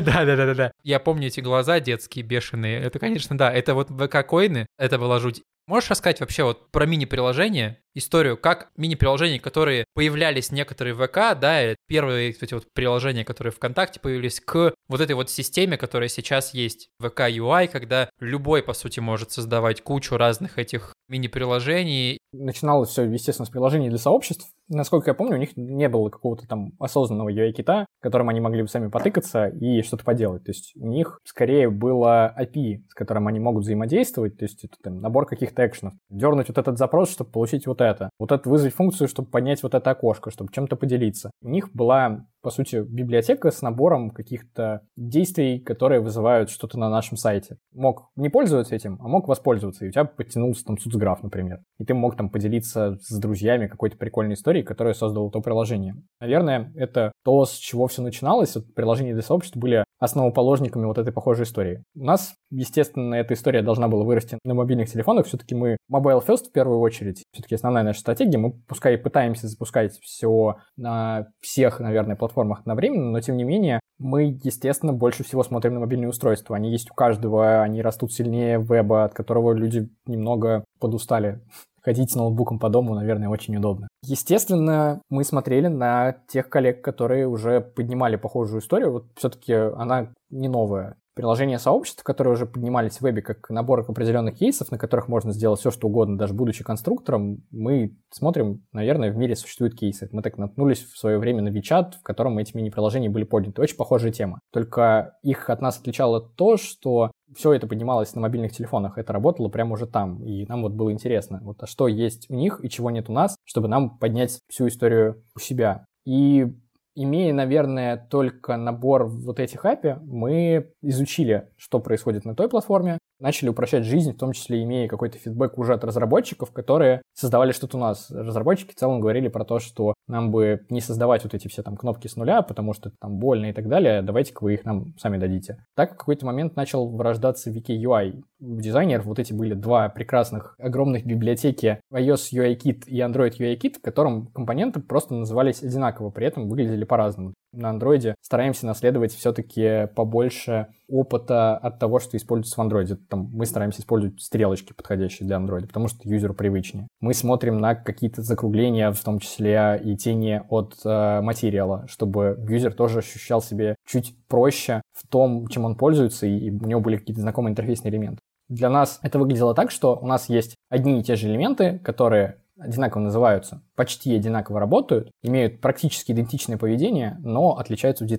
Да. Я помню эти глаза детские, бешеные. Это, конечно, да, это вот ВК-коины, это была жуть. Можешь рассказать вообще вот про мини-приложения, историю, как мини-приложения, которые появлялись некоторые в ВК, да, и первые эти вот приложения, которые ВКонтакте появились, к вот этой вот системе, которая сейчас есть, ВК UI, когда любой, по сути, может создавать кучу разных этих мини-приложений. Начиналось все, естественно, с приложений для сообществ. Насколько я помню, у них не было какого-то там осознанного UI-кита, которым они могли бы сами потыкаться и что-то поделать. То есть у них скорее было API, с которым они могут взаимодействовать, то есть это там набор каких-то экшенов. Дернуть вот этот запрос, чтобы получить вот это. Вот это вызвать функцию, чтобы поднять вот это окошко, чтобы чем-то поделиться. У них была, по сути, библиотека с набором каких-то действий, которые вызывают что-то на нашем сайте. Мог не пользоваться этим, а мог воспользоваться, и у тебя подтянулся там соцграф, например. И ты мог там поделиться с друзьями какой-то прикольной историей, которую создало то приложение. Наверное, это то, с чего все начиналось. Вот приложения для сообществ были основоположниками вот этой похожей истории. У нас, естественно, эта история должна была вырасти на мобильных телефонах. Все-таки мы mobile first в первую очередь. Все-таки основная наша стратегия. Мы пускай пытаемся запускать все на всех, наверное, платформах одновременно, но тем не менее мы, естественно, больше всего смотрим на мобильные устройства. Они есть у каждого, они растут сильнее веба, от которого люди немного подустали. Ходить с ноутбуком по дому, наверное, очень удобно. Естественно, мы смотрели на тех коллег, которые уже поднимали похожую историю. Вот все-таки она не новая. Приложения сообществ, которые уже поднимались в вебе как набор определенных кейсов, на которых можно сделать все, что угодно, даже будучи конструктором, мы смотрим, наверное, в мире существуют кейсы. Мы так наткнулись в свое время на WeChat, в котором эти мини-приложения были подняты. Очень похожая тема. Только их от нас отличало то, что все это поднималось на мобильных телефонах. Это работало прямо уже там. И нам вот было интересно, вот, а что есть у них и чего нет у нас, чтобы нам поднять всю историю у себя. И имея, наверное, только набор вот этих API, мы изучили, что происходит на той платформе, начали упрощать жизнь, в том числе имея какой-то фидбэк уже от разработчиков, которые создавали что-то у нас. Разработчики в целом говорили про то, что нам бы не создавать вот эти все там кнопки с нуля, потому что это там больно и так далее, давайте-ка вы их нам сами дадите. Так в какой-то момент начал вырождаться VK UI. У дизайнеров вот эти были два прекрасных огромных библиотеки iOS UI Kit и Android UI Kit, в котором компоненты просто назывались одинаково, при этом выглядели по-разному. На Android стараемся наследовать все-таки побольше опыта от того, что используется в Android. Там мы стараемся использовать стрелочки, подходящие для Android, потому что юзеру привычнее. Мы смотрим на какие-то закругления, в том числе и тени от материала, чтобы юзер тоже ощущал себя чуть проще в том, чем он пользуется, и у него были какие-то знакомые интерфейсные элементы. Для нас это выглядело так, что у нас есть одни и те же элементы, которые одинаково называются, почти одинаково работают, имеют практически идентичное поведение, но отличаются в деталях.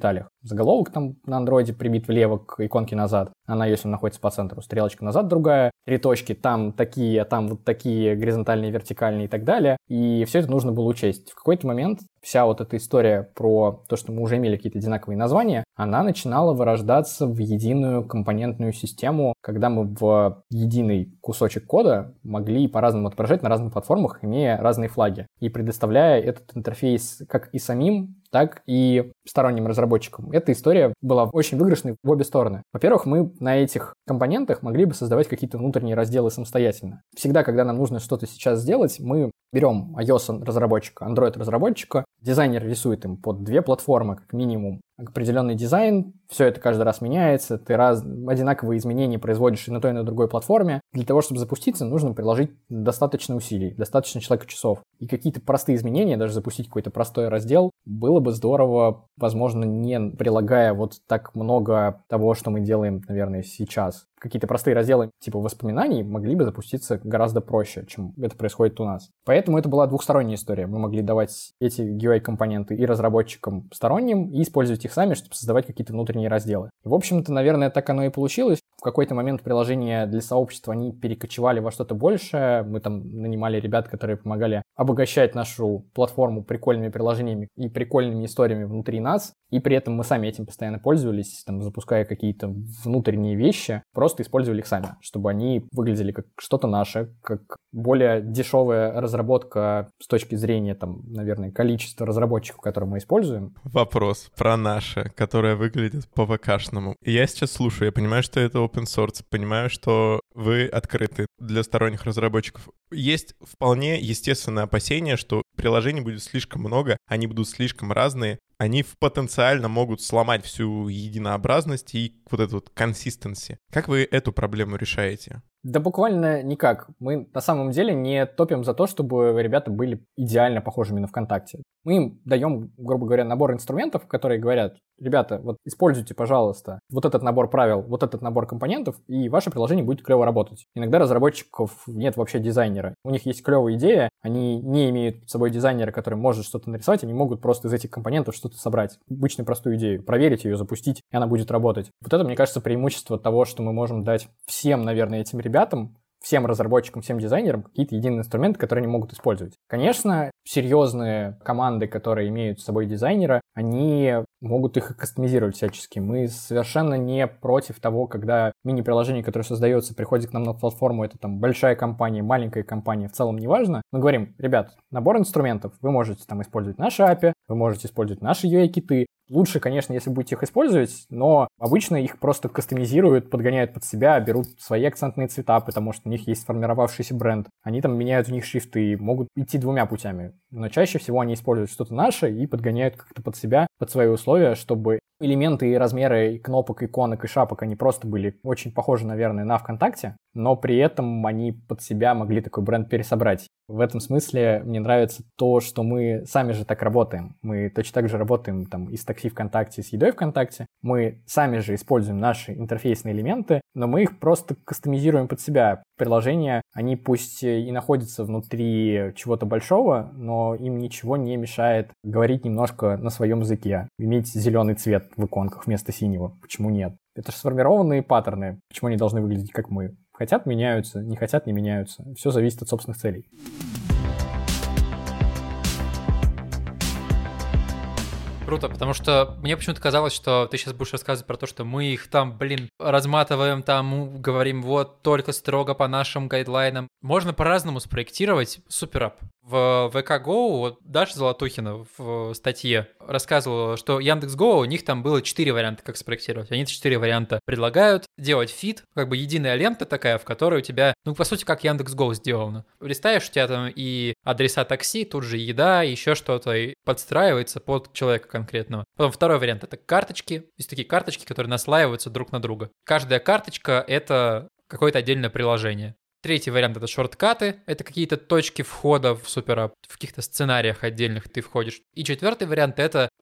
заголовок там на андроиде прибит влево к иконке назад, она, если он находится по центру, стрелочка назад другая, 3 точки, там такие, а там вот такие горизонтальные, вертикальные и так далее. И все это нужно было учесть. В какой-то момент вся вот эта история про то, что мы уже имели какие-то одинаковые названия, она начинала вырождаться в единую компонентную систему, когда мы в единый кусочек кода могли по-разному отображать на разных платформах, имея разные флаги, и предоставляя этот интерфейс как и самим, так и сторонним разработчикам. Эта история была очень выигрышной в обе стороны. Во-первых, мы на этих компонентах могли бы создавать какие-то внутренние разделы самостоятельно. Всегда, когда нам нужно что-то сейчас сделать, мы берем iOS-разработчика, Android-разработчика, дизайнер рисует им под 2 платформы, как минимум, определенный дизайн, все это каждый раз меняется, ты одинаковые изменения производишь и на той, и на другой платформе. Для того, чтобы запуститься, нужно приложить достаточно усилий, достаточно человека-часов. И какие-то простые изменения, даже запустить какой-то простой раздел, было бы здорово, возможно, не прилагая вот так много того, что мы делаем, наверное, сейчас. Какие-то простые разделы типа воспоминаний могли бы запуститься гораздо проще, чем это происходит у нас. Поэтому это была двухсторонняя история. Мы могли давать эти UI-компоненты и разработчикам сторонним, и использовать их сами, чтобы создавать какие-то внутренние разделы. И, в общем-то, наверное, так оно и получилось. В какой-то момент приложения для сообщества, они перекочевали во что-то большее. Мы там нанимали ребят, которые помогали обогащать нашу платформу прикольными приложениями и прикольными историями внутри нас. И при этом мы сами этим постоянно пользовались, там, запуская какие-то внутренние вещи, просто использовали их сами, чтобы они выглядели как что-то наше, как более дешевая разработка с точки зрения, там, наверное, количества разработчиков, которые мы используем. Вопрос про наше, которое выглядит по-ВК-шному. Я сейчас слушаю, я понимаю, что это open source, понимаю, что вы открыты для сторонних разработчиков. Есть вполне естественное опасение, что приложений будет слишком много, они будут слишком разные, они потенциально могут сломать всю единообразность и вот эту вот consistency. Как вы эту проблему решаете? Да буквально никак. Мы на самом деле не топим за то, чтобы ребята были идеально похожими на ВКонтакте. Мы им даем, грубо говоря, набор инструментов, которые говорят: ребята, вот используйте, пожалуйста, вот этот набор правил, вот этот набор компонентов, и ваше приложение будет клево работать. Иногда разработчиков нет вообще дизайнера. У них есть клевая идея, они не имеют с собой дизайнера, который может что-то нарисовать, они могут просто из этих компонентов что-то собрать. Обычную простую идею, проверить ее, запустить, и она будет работать. Вот это, мне кажется, преимущество того, что мы можем дать всем, наверное, этим ребятам, всем разработчикам, всем дизайнерам какие-то единые инструменты, которые они могут использовать. Конечно, серьезные команды, которые имеют с собой дизайнера, они могут их кастомизировать всячески. Мы совершенно не против того, когда мини-приложение, которое создается, приходит к нам на платформу, это там большая компания, маленькая компания, в целом неважно. Мы говорим: ребят, набор инструментов, вы можете там использовать наши API, вы можете использовать наши UI-киты. Лучше, конечно, если будете их использовать, но обычно их просто кастомизируют, подгоняют под себя, берут свои акцентные цвета, потому что у них есть сформировавшийся бренд. Они там меняют в них шрифты, могут идти 2 путями. Но чаще всего они используют что-то наше и подгоняют как-то под себя, под свои условия, чтобы элементы и размеры и кнопок, иконок и шапок, они просто были очень похожи, наверное, на ВКонтакте, но при этом они под себя могли такой бренд пересобрать. В этом смысле мне нравится то, что мы сами же так работаем. Мы точно так же работаем там и с такси ВКонтакте, и с едой ВКонтакте. Мы сами же используем наши интерфейсные элементы, но мы их просто кастомизируем под себя. Приложения, они пусть и находятся внутри чего-то большого, но им ничего не мешает говорить немножко на своем языке, иметь зеленый цвет в иконках вместо синего. Почему нет? Это же сформированные паттерны. Почему они должны выглядеть как мы? Хотят — меняются, не хотят — не меняются. Все зависит от собственных целей. Круто, потому что мне почему-то казалось, что ты сейчас будешь рассказывать про то, что мы их там, разматываем, там говорим, вот, только строго по нашим гайдлайнам. Можно по-разному спроектировать суперап. В VK-Go вот Даша Золотухина в статье рассказывала, что Яндекс.Го, у них там было 4 варианта, как спроектировать. Они эти 4 варианта предлагают. Делать фид, как бы единая лента такая, в которой у тебя, по сути, как Яндекс.Го сделано. Листаешь, у тебя там и адреса такси, тут же еда, еще что-то, и подстраивается под человека конкретного. Потом второй вариант — это карточки. Есть такие карточки, которые наслаиваются друг на друга. Каждая карточка — это какое-то отдельное приложение. Третий вариант — это шорткаты, это какие-то точки входа в суперап, в каких-то сценариях отдельных ты входишь. И четвертый вариант — это табы.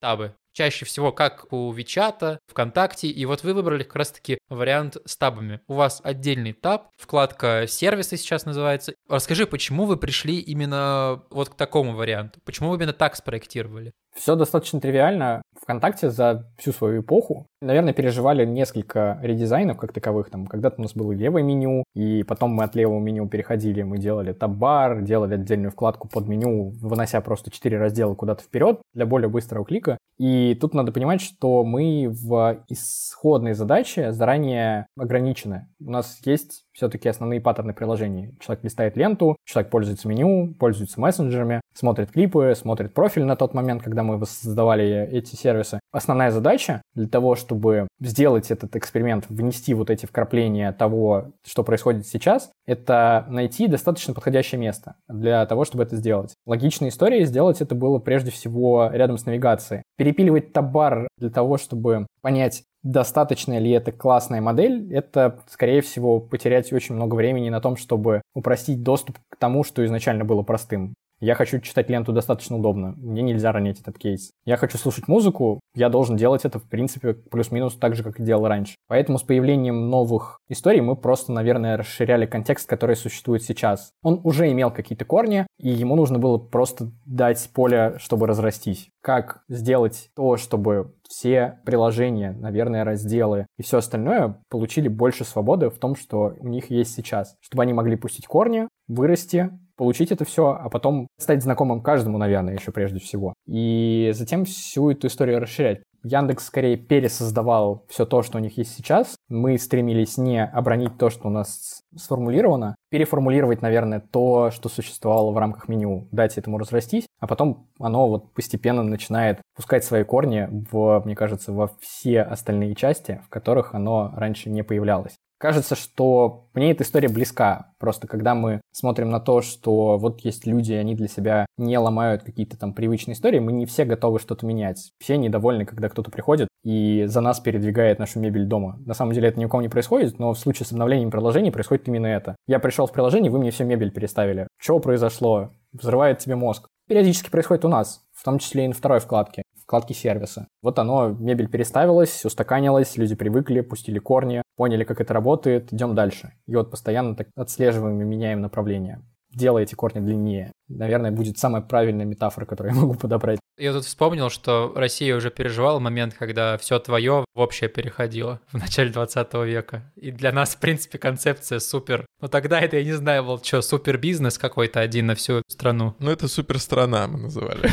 чаще всего как у Вичата, ВКонтакте, и вот вы выбрали как раз-таки вариант с табами. У вас отдельный таб, вкладка «Сервисы» сейчас называется. Расскажи, почему вы пришли именно вот к такому варианту? Почему вы именно так спроектировали? Все достаточно тривиально. ВКонтакте за всю свою эпоху, наверное, переживали несколько редизайнов как таковых. Там когда-то у нас было левое меню, и потом мы от левого меню переходили, мы делали таб-бар, делали отдельную вкладку под меню, вынося просто 4 раздела куда-то вперед для более быстрого клика. И тут надо понимать, что мы в исходной задаче заранее ограничены. У нас есть все-таки основные паттерны приложений. Человек листает ленту, человек пользуется меню, пользуется мессенджерами, смотрит клипы, смотрит профиль на тот момент, когда мы создавали эти сервисы. Основная задача для того, чтобы сделать этот эксперимент, внести вот эти вкрапления того, что происходит сейчас, это найти достаточно подходящее место для того, чтобы это сделать. Логичной историей сделать это было прежде всего рядом с навигацией. Перепиливать таб-бар для того, чтобы понять, достаточно ли это классная модель, это, скорее всего, потерять очень много времени на том, чтобы упростить доступ к тому, что изначально было простым. Я хочу читать ленту достаточно удобно, мне нельзя ронять этот кейс. Я хочу слушать музыку, я должен делать это, в принципе, плюс-минус так же, как и делал раньше. Поэтому с появлением новых историй мы просто, наверное, расширяли контекст, который существует сейчас. Он уже имел какие-то корни, и ему нужно было просто дать поле, чтобы разрастись. Как сделать то, чтобы все приложения, наверное, разделы и все остальное получили больше свободы в том, что у них есть сейчас. Чтобы они могли пустить корни, вырасти, получить это все, а потом стать знакомым каждому, наверное, еще прежде всего. И затем всю эту историю расширять. Яндекс скорее пересоздавал все то, что у них есть сейчас. Мы стремились не обронить то, что у нас сформулировано, переформулировать, наверное, то, что существовало в рамках меню, дать этому разрастись, а потом оно вот постепенно начинает пускать свои корни мне кажется, во все остальные части, в которых оно раньше не появлялось. Кажется, что мне эта история близка. Просто когда мы смотрим на то, что вот есть люди, они для себя не ломают какие-то там привычные истории, мы не все готовы что-то менять. Все недовольны, когда кто-то приходит и за нас передвигает нашу мебель дома. На самом деле это ни у кого не происходит, но в случае с обновлением приложений происходит именно это. Я пришел в приложение, вы мне всю мебель переставили. Что произошло? Взрывает тебе мозг. Периодически происходит у нас, в том числе и на второй вкладке сервиса. Вот оно, мебель переставилась, устаканилась, люди привыкли, пустили корни, поняли, как это работает, идем дальше. И вот постоянно так отслеживаем и меняем направление. Делая эти корни длиннее. Наверное, будет самая правильная метафора, которую я могу подобрать. Я тут вспомнил, что Россия уже переживала момент, когда все твое в общее переходило в начале 20 века. И для нас, в принципе, концепция супер. Но тогда это, я не знаю, был что, супер бизнес какой-то один на всю страну. Ну, это суперстрана мы называли.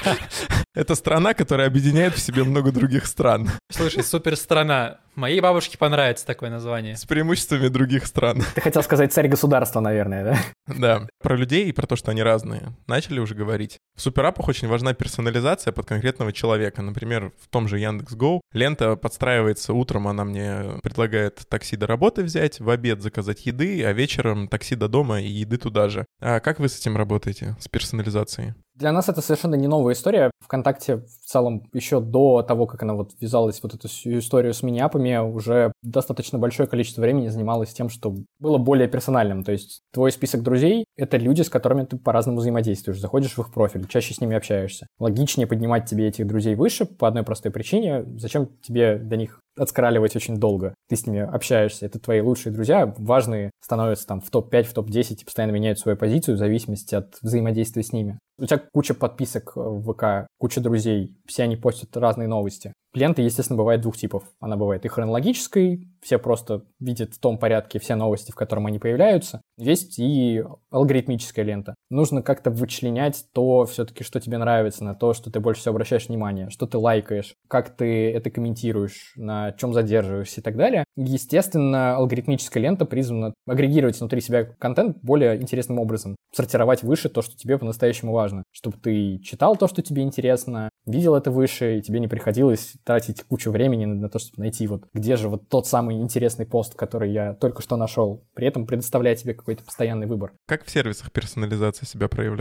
Это страна, которая объединяет в себе много других стран. Слушай, суперстрана. Моей бабушке понравится такое название. С преимуществами других стран. Ты хотел сказать царь государства, наверное, да? Да. Про людей и про то, что они разные. Начали уже говорить. В суперапах очень важна персонализация под конкретного человека. Например, в том же Яндекс.Го лента подстраивается утром, она мне предлагает такси до работы взять, в обед заказать еды, а вечером такси до дома и еды туда же. А как вы с этим работаете, с персонализацией? Для нас это совершенно не новая история. ВКонтакте в целом еще до того, как она вот ввязалась в вот эту всю историю с мини-апами, уже достаточно большое количество времени занималась тем, что было более персональным. То есть твой список друзей — это люди, с которыми ты по-разному взаимодействуешь, заходишь в их профиль, чаще с ними общаешься. Логичнее поднимать тебе этих друзей выше по одной простой причине. Зачем тебе до них отскраливать очень долго? Ты с ними общаешься, это твои лучшие друзья, важные, становятся там в топ-5, в топ-10 и постоянно меняют свою позицию в зависимости от взаимодействия с ними. У тебя куча подписок в ВК, куча друзей, все они постят разные новости. Лента, естественно, бывает двух типов. Она бывает и хронологической, все просто видят в том порядке все новости, в котором они появляются. Есть и алгоритмическая лента. Нужно как-то вычленять то все-таки, что тебе нравится, на то, что ты больше всего обращаешь внимание, что ты лайкаешь, как ты это комментируешь, на чем задерживаешься и так далее. Естественно, алгоритмическая лента призвана агрегировать внутри себя контент более интересным образом, сортировать выше то, что тебе по-настоящему важно, чтобы ты читал то, что тебе интересно, видел это выше, и тебе не приходилось тратить кучу времени на то, чтобы найти вот где же вот тот самый интересный пост, который я только что нашел, при этом предоставляя тебе какой-то постоянный выбор. Как в сервисах персонализация себя проявляет?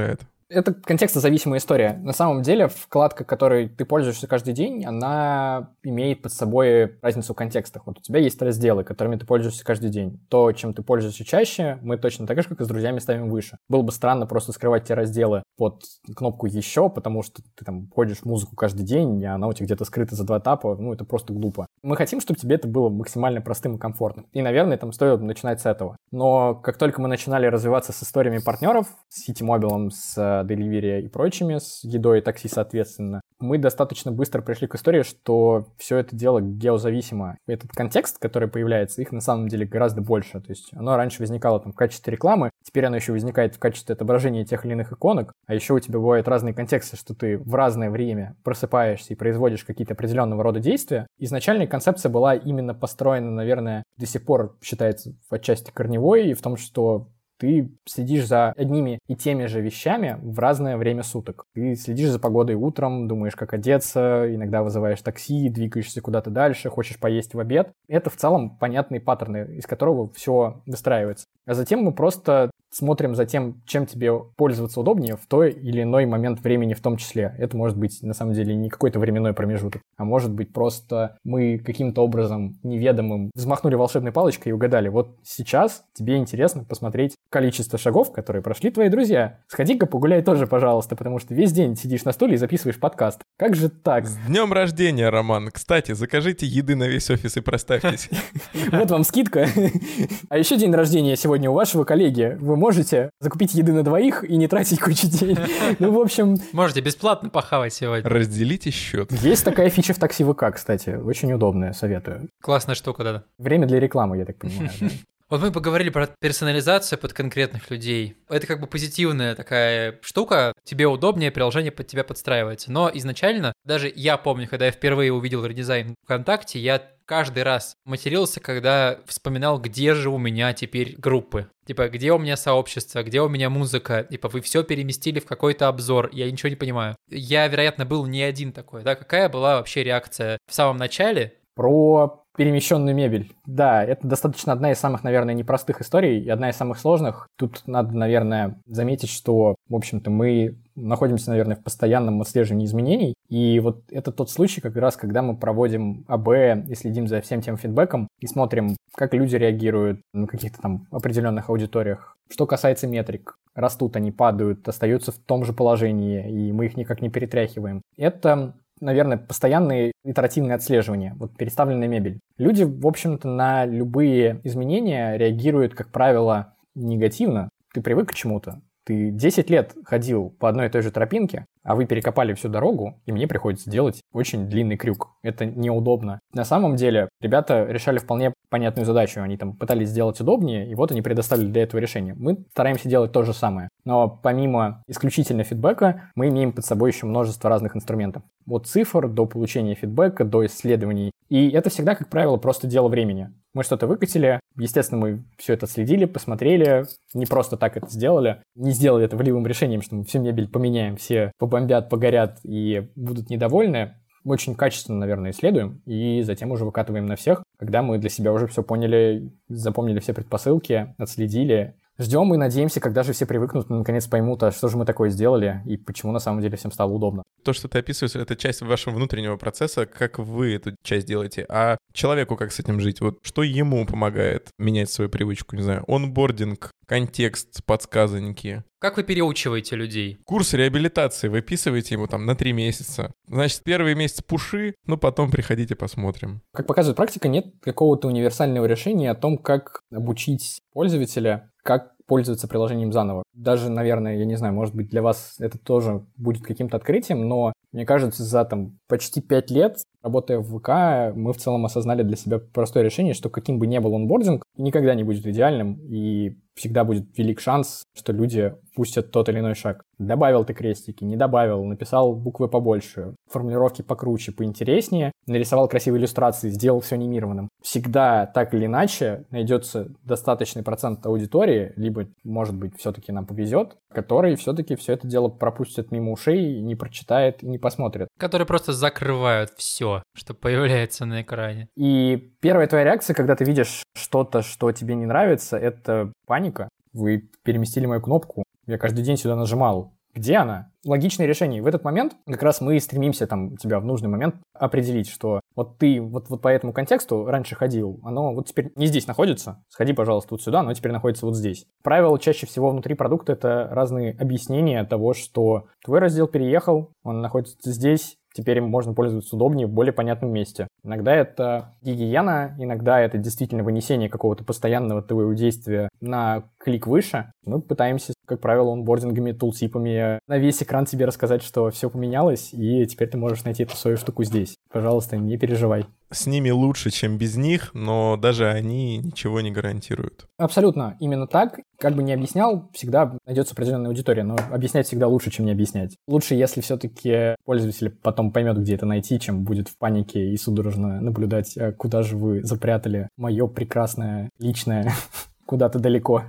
Это контекстозависимая история. На самом деле, вкладка, которой ты пользуешься каждый день, она имеет под собой разницу в контекстах. Вот у тебя есть разделы, которыми ты пользуешься каждый день. То, чем ты пользуешься чаще, мы точно так же, как и с друзьями, ставим выше. Было бы странно просто скрывать те разделы под кнопку «Еще», потому что ты там ходишь музыку каждый день, и она у тебя где-то скрыта за 2 тапа. Ну, это просто глупо. Мы хотим, чтобы тебе это было максимально простым и комфортным. И, наверное, там стоит начинать с этого. Но как только мы начинали развиваться с историями партнеров, с Citymobil, с Delivery и прочими, с едой и такси, соответственно, мы достаточно быстро пришли к истории, что все это дело геозависимо. Этот контекст, который появляется, их на самом деле гораздо больше. То есть оно раньше возникало там в качестве рекламы, теперь оно еще возникает в качестве отображения тех или иных иконок, а еще у тебя бывают разные контексты, что ты в разное время просыпаешься и производишь какие-то определенного рода действия. Изначальная концепция была именно построена, наверное, до сих пор считается в отчасти корневой, и в том, что ты следишь за одними и теми же вещами в разное время суток. Ты следишь за погодой утром, думаешь, как одеться, иногда вызываешь такси, двигаешься куда-то дальше, хочешь поесть в обед. Это в целом понятные паттерны, из которого все выстраивается. А затем мы просто смотрим за тем, чем тебе пользоваться удобнее в той или иной момент времени в том числе. Это может быть, на самом деле, не какой-то временной промежуток, а может быть просто мы каким-то образом неведомым взмахнули волшебной палочкой и угадали. Вот сейчас тебе интересно посмотреть количество шагов, которые прошли твои друзья. Сходи-ка погуляй тоже, пожалуйста, потому что весь день сидишь на стуле и записываешь подкаст. Как же так? С днем рождения, Роман! Кстати, закажите еды на весь офис и проставьтесь. Вот вам скидка. А еще день рождения сегодня у вашего коллеги. Вы можете закупить еды на 2 и не тратить кучу денег. Ну, в общем... Можете бесплатно похавать сегодня. Разделите счет. Есть такая фича в такси ВК, кстати. Очень удобная, советую. Классная штука, да. Время для рекламы, я так понимаю. Да? Вот мы поговорили про персонализацию под конкретных людей. Это как бы позитивная такая штука. Тебе удобнее, приложение под тебя подстраивается. Но изначально, даже я помню, когда я впервые увидел редизайн ВКонтакте, я каждый раз матерился, когда вспоминал, где же у меня теперь группы. Типа, где у меня сообщество, где у меня музыка. Типа, вы все переместили в какой-то обзор, я ничего не понимаю. Я, вероятно, был не один такой, да? Какая была вообще реакция в самом начале? Про перемещенную мебель. Да, это достаточно одна из самых, наверное, непростых историй и одна из самых сложных. Тут надо, наверное, заметить, что, в общем-то, мы находимся, наверное, в постоянном отслеживании изменений. И вот это тот случай, как раз, когда мы проводим АБ и следим за всем тем фидбэком и смотрим, как люди реагируют на каких-то там определенных аудиториях. Что касается метрик, растут они, падают, остаются в том же положении, и мы их никак не перетряхиваем. Это, наверное, постоянные итеративные отслеживания, вот переставленная мебель. Люди, в общем-то, на любые изменения реагируют, как правило, негативно. Ты привык к чему-то. Ты 10 лет ходил по одной и той же тропинке, а вы перекопали всю дорогу, и мне приходится делать очень длинный крюк. Это неудобно. На самом деле, ребята решали вполне понятную задачу. Они там пытались сделать удобнее, и вот они предоставили для этого решение. Мы стараемся делать то же самое. Но помимо исключительно фидбэка, мы имеем под собой еще множество разных инструментов. От цифр до получения фидбэка, до исследований. И это всегда, как правило, просто дело времени. Мы что-то выкатили, естественно, мы все это отследили, посмотрели, не просто так это сделали. Не сделали это волевым решением, что мы всю мебель поменяем, все побомбят, погорят и будут недовольны. Мы очень качественно, наверное, исследуем и затем уже выкатываем на всех, когда мы для себя уже все поняли, запомнили все предпосылки, отследили. Ждем и надеемся, когда же все привыкнут и наконец поймут, а что же мы такое сделали и почему на самом деле всем стало удобно. То, что ты описываешь, это часть вашего внутреннего процесса, как вы эту часть делаете. А человеку как с этим жить? Вот что ему помогает менять свою привычку? Не знаю, онбординг, контекст, подсказанники. Как вы переучиваете людей? Курс реабилитации выписываете ему там на 3 месяца. Значит, первый месяц пуши, но потом приходите, посмотрим. Как показывает практика, нет какого-то универсального решения о том, как обучить пользователя, как пользоваться приложением заново. Даже, наверное, я не знаю, может быть, для вас это тоже будет каким-то открытием, но мне кажется, за там почти 5 лет, работая в ВК, мы в целом осознали для себя простое решение, что каким бы ни был онбординг, никогда не будет идеальным, и всегда будет велик шанс, что люди пустят тот или иной шаг. Добавил ты крестики, не добавил, написал буквы побольше, формулировки покруче, поинтереснее, нарисовал красивые иллюстрации, сделал все анимированным. Всегда так или иначе найдется достаточный процент аудитории, либо, может быть, все-таки нам повезет, который все-таки все это дело пропустит мимо ушей, не прочитает и не посмотрит. Которые просто закрывают все, что появляется на экране. И первая твоя реакция, когда ты видишь что-то, что тебе не нравится, это паника. Вы переместили мою кнопку. Я каждый день сюда нажимал. Где она? Логичное решение. В этот момент как раз мы стремимся там тебя в нужный момент определить, что вот ты вот по этому контексту раньше ходил, оно вот теперь не здесь находится, сходи, пожалуйста, вот сюда, оно теперь находится вот здесь. Правило чаще всего внутри продукта — это разные объяснения того, что твой раздел переехал, он находится здесь, теперь им можно пользоваться удобнее в более понятном месте. Иногда это гигиена, иногда это действительно вынесение какого-то постоянного твоего действия на клик выше. Мы пытаемся, как правило, онбордингами, тултипами на весь экран тебе рассказать, что все поменялось, и теперь ты можешь найти эту свою штуку здесь. Пожалуйста, не переживай. С ними лучше, чем без них, но даже они ничего не гарантируют. Абсолютно. Именно так. Как бы ни объяснял, всегда найдется определенная аудитория, но объяснять всегда лучше, чем не объяснять. Лучше, если все-таки пользователь потом поймет, где это найти, чем будет в панике и судорожно наблюдать, куда же вы запрятали мое прекрасное личное куда-то далеко.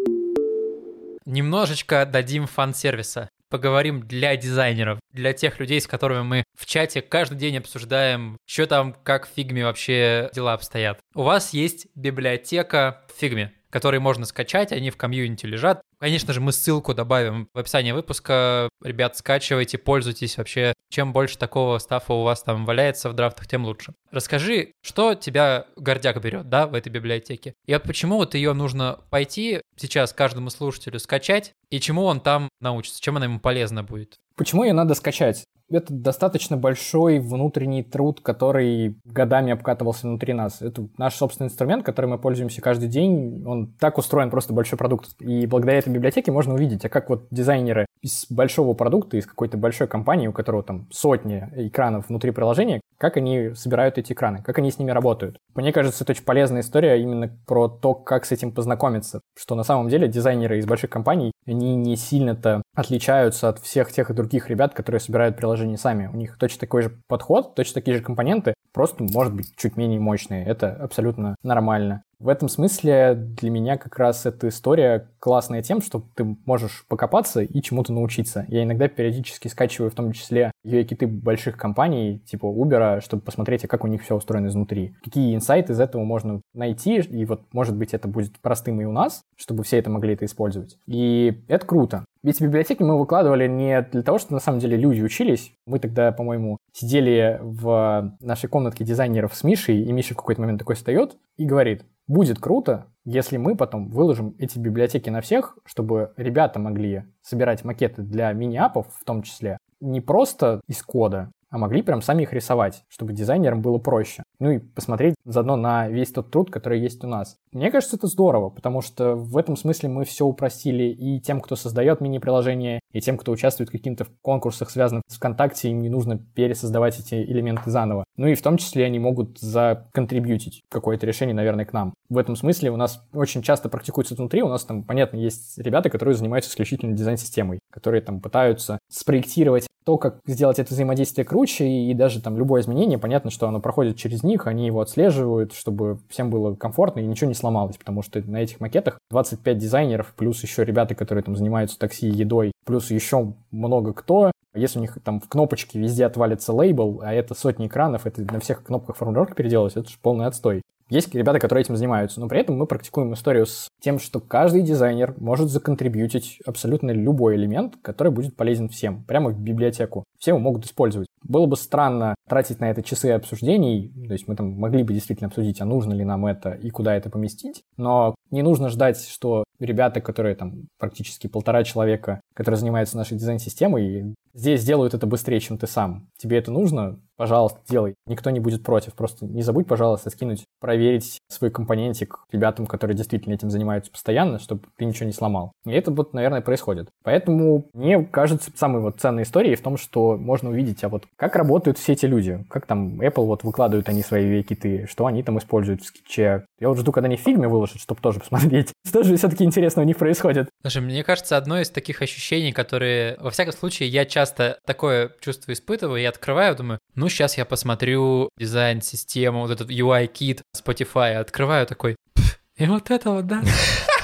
Немножечко дадим фан-сервиса. Поговорим для дизайнеров, для тех людей, с которыми мы в чате каждый день обсуждаем, что там, как в Figma вообще дела обстоят. У вас есть библиотека в Figma, которые можно скачать, они в комьюнити лежат. Конечно же, мы ссылку добавим в описании выпуска. Ребят, скачивайте, пользуйтесь вообще. Чем больше такого стаффа у вас там валяется в драфтах, тем лучше. Расскажи, что тебя гордяк берет, да, в этой библиотеке? И вот почему вот ее нужно пойти сейчас каждому слушателю скачать, и чему он там научится, чем она ему полезна будет? Почему ее надо скачать? Это достаточно большой внутренний труд, который годами обкатывался внутри нас. Это наш собственный инструмент, которым мы пользуемся каждый день. Он так устроен, просто большой продукт. И благодаря этой библиотеке можно увидеть, а как вот дизайнеры из большого продукта, из какой-то большой компании, у которого там сотни экранов внутри приложения, как они собирают эти экраны, как они с ними работают. Мне кажется, это очень полезная история именно про то, как с этим познакомиться. Что на самом деле дизайнеры из больших компаний, они не сильно-то отличаются от всех тех и других ребят, которые собирают приложения сами. У них точно такой же подход, точно такие же компоненты, просто, может быть, чуть менее мощные. Это абсолютно нормально. В этом смысле для меня как раз эта история классная тем, что ты можешь покопаться и чему-то научиться. Я иногда периодически скачиваю в том числе UX-киты больших компаний, типа Uber, чтобы посмотреть, а как у них все устроено изнутри. Какие инсайты из этого можно найти, и вот, может быть, это будет простым и у нас, чтобы все это могли это использовать. И это круто. Ведь библиотеки мы выкладывали не для того, чтобы на самом деле люди учились. Мы тогда, по-моему, сидели в нашей комнатке дизайнеров с Мишей, и Миша в какой-то момент такой встает и говорит: будет круто, если мы потом выложим эти библиотеки на всех, чтобы ребята могли собирать макеты для мини-апов, в том числе, не просто из кода, а могли прям сами их рисовать, чтобы дизайнерам было проще. Ну и посмотреть заодно на весь тот труд, который есть у нас. Мне кажется, это здорово, потому что в этом смысле мы все упростили и тем, кто создает мини-приложения, и тем, кто участвует в каких-то конкурсах, связанных с ВКонтакте, им не нужно пересоздавать эти элементы заново. Ну и в том числе они могут законтрибьютить какое-то решение, наверное, к нам. В этом смысле у нас очень часто практикуется внутри, у нас там, понятно, есть ребята, которые занимаются исключительно дизайн-системой, которые там пытаются спроектировать то, как сделать это взаимодействие круче, и даже там любое изменение, понятно, что оно проходит через них, они его отслеживают, чтобы всем было комфортно и ничего не сломалось, потому что на этих макетах 25 дизайнеров, плюс еще ребята, которые там занимаются такси и едой, плюс еще много кто. Если у них там в кнопочке везде отвалится лейбл, а это сотни экранов, это на всех кнопках формулировки переделать, это же полный отстой. Есть ребята, которые этим занимаются, но при этом мы практикуем историю с тем, что каждый дизайнер может законтрибьютить абсолютно любой элемент, который будет полезен всем, прямо в библиотеку. Все его могут использовать. Было бы странно тратить на это часы обсуждений, то есть мы там могли бы действительно обсудить, а нужно ли нам это и куда это поместить, но не нужно ждать, что ребята, которые там практически 1,5 человека, которые занимаются нашей дизайн-системой, здесь делают это быстрее, чем ты сам. Тебе это нужно? Пожалуйста, делай. Никто не будет против. Просто не забудь, пожалуйста, скинуть, проверить свой компонентик ребятам, которые действительно этим занимаются постоянно, чтобы ты ничего не сломал. И это вот, наверное, происходит. Поэтому мне кажется, самой вот ценной историей в том, что можно увидеть, а вот как работают все эти люди, как там Apple вот выкладывают они свои UX-киты, что они там используют в скетче. Я вот жду, когда они в Figma выложат, чтобы тоже посмотреть, что же все-таки интересно у них происходит. Слушай, мне кажется, одно из таких ощущений, которые, во всяком случае, я часто такое чувство испытываю, я открываю, думаю, ну, сейчас я посмотрю дизайн-систему, вот этот UI-кит Spotify, открываю такой, и вот это вот, да?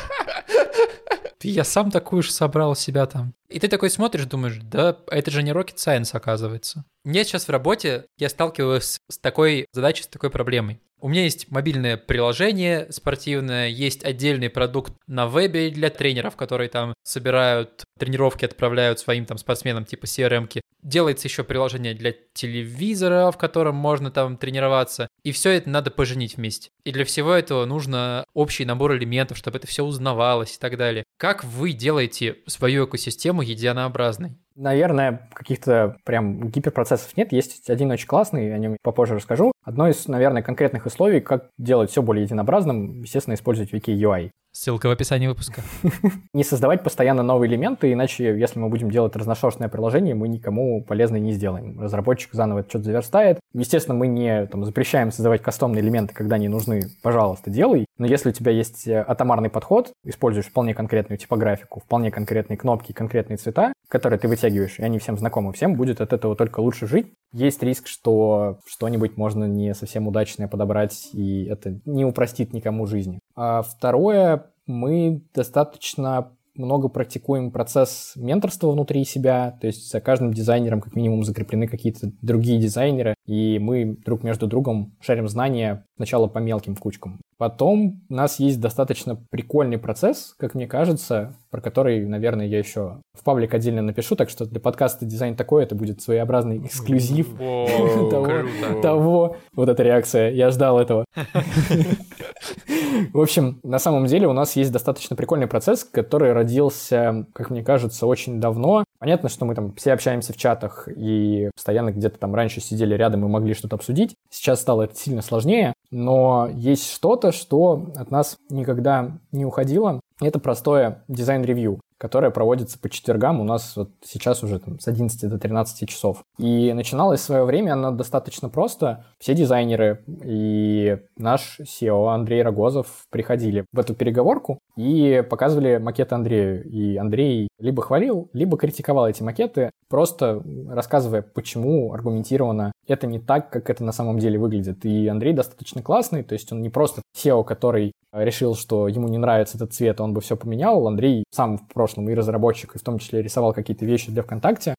Я сам такую же собрал себя там. И ты такой смотришь, думаешь, да, это же не rocket science, оказывается. Мне сейчас в работе, я сталкиваюсь с такой задачей, с такой проблемой. У меня есть мобильное приложение спортивное, есть отдельный продукт на вебе для тренеров, которые там собирают тренировки, отправляют своим там спортсменам типа CRM-ки. Делается еще приложение для телевизора, в котором можно там тренироваться. И все это надо поженить вместе. И для всего этого нужно общий набор элементов, чтобы это все узнавалось и так далее. Как вы делаете свою экосистему единообразной? Наверное, каких-то прям гиперпроцессов нет. Есть один очень классный, о нем попозже расскажу. Одно из, наверное, конкретных условий, как делать все более единообразным, естественно, использовать Wiki UI. Ссылка в описании выпуска. Не создавать постоянно новые элементы, иначе, если мы будем делать разношерстное приложение, мы никому полезное не сделаем. Разработчик заново это что-то заверстает. Естественно, мы не запрещаем создавать кастомные элементы, когда они нужны, пожалуйста, делай. Но если у тебя есть атомарный подход, используешь вполне конкретную типографику, вполне конкретные кнопки, конкретные цвета, которые ты вытягиваешь, и они всем знакомы, всем будет от этого только лучше жить. Есть риск, что что-нибудь можно не совсем удачное подобрать, и это не упростит никому жизни. А второе, мы достаточно много практикуем процесс менторства внутри себя, то есть за каждым дизайнером как минимум закреплены какие-то другие дизайнеры, и мы друг между другом шарим знания сначала по мелким кучкам. Потом у нас есть достаточно прикольный процесс, как мне кажется, про который, наверное, я еще в паблик отдельно напишу, так что для подкаста «Дизайн такой» это будет своеобразный эксклюзив того. Вот эта реакция, я ждал этого. В общем, на самом деле у нас есть достаточно прикольный процесс, который родился, как мне кажется, очень давно. Понятно, что мы там все общаемся в чатах и постоянно где-то там раньше сидели рядом и могли что-то обсудить. Сейчас стало это сильно сложнее, но есть что-то, что от нас никогда не уходило. Это простое дизайн-ревью, которое проводится по четвергам у нас вот сейчас уже там, с 11 до 13 часов. И начиналось в свое время оно достаточно просто. Все дизайнеры и наш SEO Андрей Рогозов приходили в эту переговорку и показывали макеты Андрею. И Андрей либо хвалил, либо критиковал эти макеты, просто рассказывая, почему аргументированно это не так, как это на самом деле выглядит. И Андрей достаточно классный, то есть он не просто SEO, который решил, что ему не нравится этот цвет, он бы все поменял. Андрей сам в прошлом и разработчик, и в том числе рисовал какие-то вещи для ВКонтакте,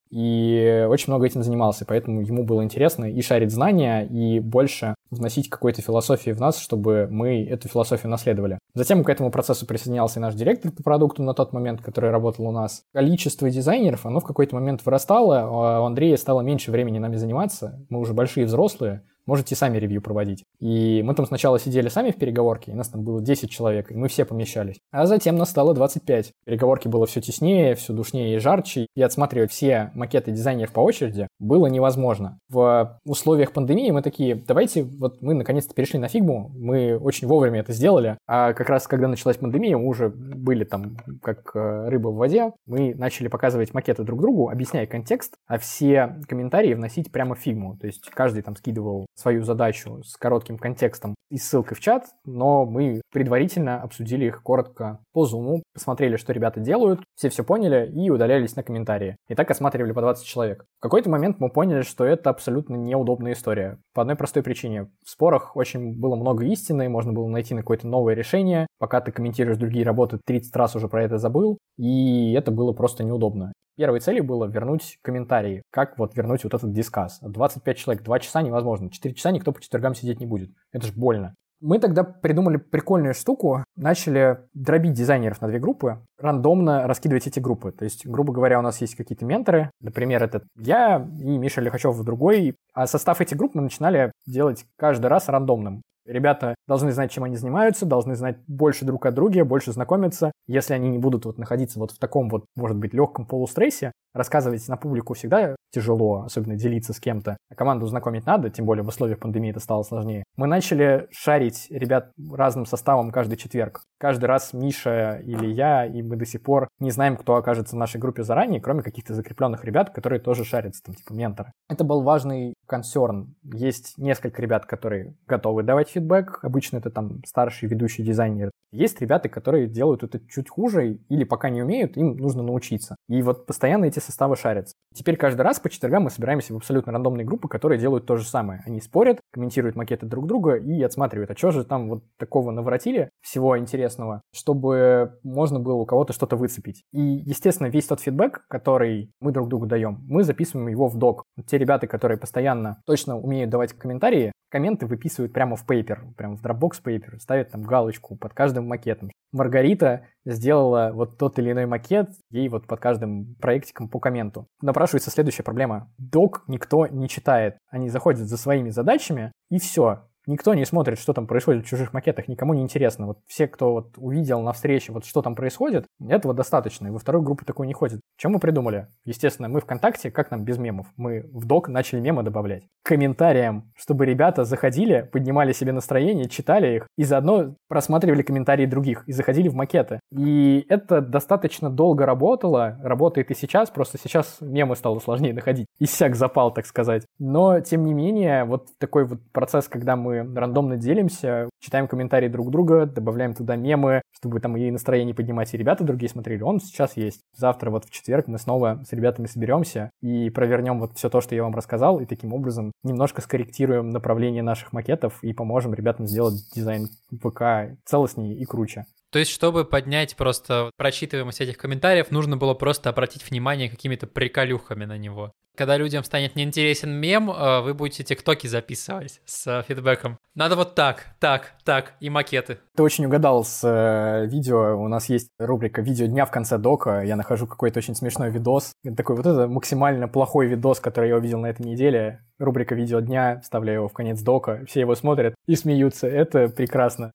и очень много этим занимался, поэтому ему было интересно и шарить знания, и больше вносить какой-то философии в нас, чтобы мы эту философию наследовали. Затем к этому процессу присоединялся и наш директор по продукту на тот момент, который работал у нас. Количество дизайнеров, оно в какой-то момент вырастало, а у Андрея стало меньше времени нами заниматься, мы уже большие взрослые, можете сами ревью проводить. И мы там сначала сидели сами в переговорке, и нас там было 10 человек, и мы все помещались. А затем нас стало 25. Переговорки было все теснее, все душнее и жарче, и отсматривать все макеты дизайнеров по очереди было невозможно. В условиях пандемии мы такие, давайте, вот мы наконец-то перешли на фигму, мы очень вовремя это сделали, а как раз когда началась пандемия, мы уже были там как рыба в воде, мы начали показывать макеты друг другу, объясняя контекст, а все комментарии вносить прямо в фигму, то есть каждый там скидывал свою задачу с коротким контекстом и ссылкой в чат, но мы предварительно обсудили их коротко по Zoom, посмотрели, что ребята делают, все поняли и удалялись на комментарии. И так осматривали по 20 человек. В какой-то момент мы поняли, что это абсолютно неудобная история. По одной простой причине. В спорах очень было много истины, можно было найти на какое-то новое решение. Пока ты комментируешь другие работы, 30 раз уже про это забыл, и это было просто неудобно. Первой целью было вернуть комментарии. Как вот вернуть вот этот дискасс. 25 человек, 2 часа невозможно. 4 часа никто по четвергам сидеть не будет. Это ж больно. Мы тогда придумали прикольную штуку, начали дробить дизайнеров на 2 группы, рандомно раскидывать эти группы. То есть, грубо говоря, у нас есть какие-то менторы, например, это я и Миша Лихачев в другой, а состав этих групп мы начинали делать каждый раз рандомным. Ребята должны знать, чем они занимаются, должны знать больше друг о друге, больше знакомиться. Если они не будут вот находиться вот в таком вот, может быть, легком полустрессе, рассказывать на публику всегда тяжело, особенно делиться с кем-то. А команду знакомить надо, тем более в условиях пандемии это стало сложнее. Мы начали шарить ребят разным составом каждый четверг. Каждый раз Миша или я, и мы до сих пор не знаем, кто окажется в нашей группе заранее, кроме каких-то закрепленных ребят, которые тоже шарятся, там, типа менторы. Это был важный консерн. Есть несколько ребят, которые готовы давать фидбэк. Обычно это там старший ведущий дизайнер. Есть ребята, которые делают это чуть хуже или пока не умеют, им нужно научиться. И вот постоянно эти составы шарятся. Теперь каждый раз по четвергам мы собираемся в абсолютно рандомные группы, которые делают то же самое. Они спорят, комментируют макеты друг друга и отсматривают, а что же там вот такого наворотили всего интересного, чтобы можно было у кого-то что-то выцепить. И, естественно, весь тот фидбэк, который мы друг другу даем, мы записываем его в док. Те ребята, которые постоянно точно умеют давать комментарии, комменты выписывают прямо в Paper, прямо в Dropbox Paper, ставят там галочку под каждым макетом. Маргарита сделала вот тот или иной макет, ей вот под каждым проектиком по комменту. Напрашивается следующая проблема. Док никто не читает. Они заходят за своими задачами, и все. Никто не смотрит, что там происходит в чужих макетах, никому не интересно. Вот все, кто вот увидел на встрече, вот что там происходит, этого достаточно, и во вторую группу такой не ходит. Чем мы придумали? Естественно, мы ВКонтакте, как нам без мемов? Мы в док начали мемы добавлять. К комментариям, чтобы ребята заходили, поднимали себе настроение, читали их, и заодно просматривали комментарии других, и заходили в макеты. И это достаточно долго работало, работает и сейчас, просто сейчас мемы стало сложнее находить. Иссяк запал, так сказать. Но, тем не менее, вот такой вот процесс, когда мы рандомно делимся, читаем комментарии друг друга, добавляем туда мемы, чтобы там и настроение поднимать, и ребята другие смотрели, он сейчас есть. Завтра вот в четверг мы снова с ребятами соберемся и провернем вот все то, что я вам рассказал, и таким образом немножко скорректируем направление наших макетов и поможем ребятам сделать дизайн ВК целостнее и круче. То есть, чтобы поднять просто прочитываемость этих комментариев, нужно было просто обратить внимание какими-то приколюхами на него. Когда людям станет неинтересен мем, вы будете тиктоки записывать с фидбэком. Надо вот так, и макеты. Ты очень угадал с видео. У нас есть рубрика «Видео дня» в конце дока. Я нахожу какой-то очень смешной видос. Такой вот это максимально плохой видос, который я увидел на этой неделе. Рубрика «Видео дня», вставляю его в конец дока. Все его смотрят и смеются. Это прекрасно.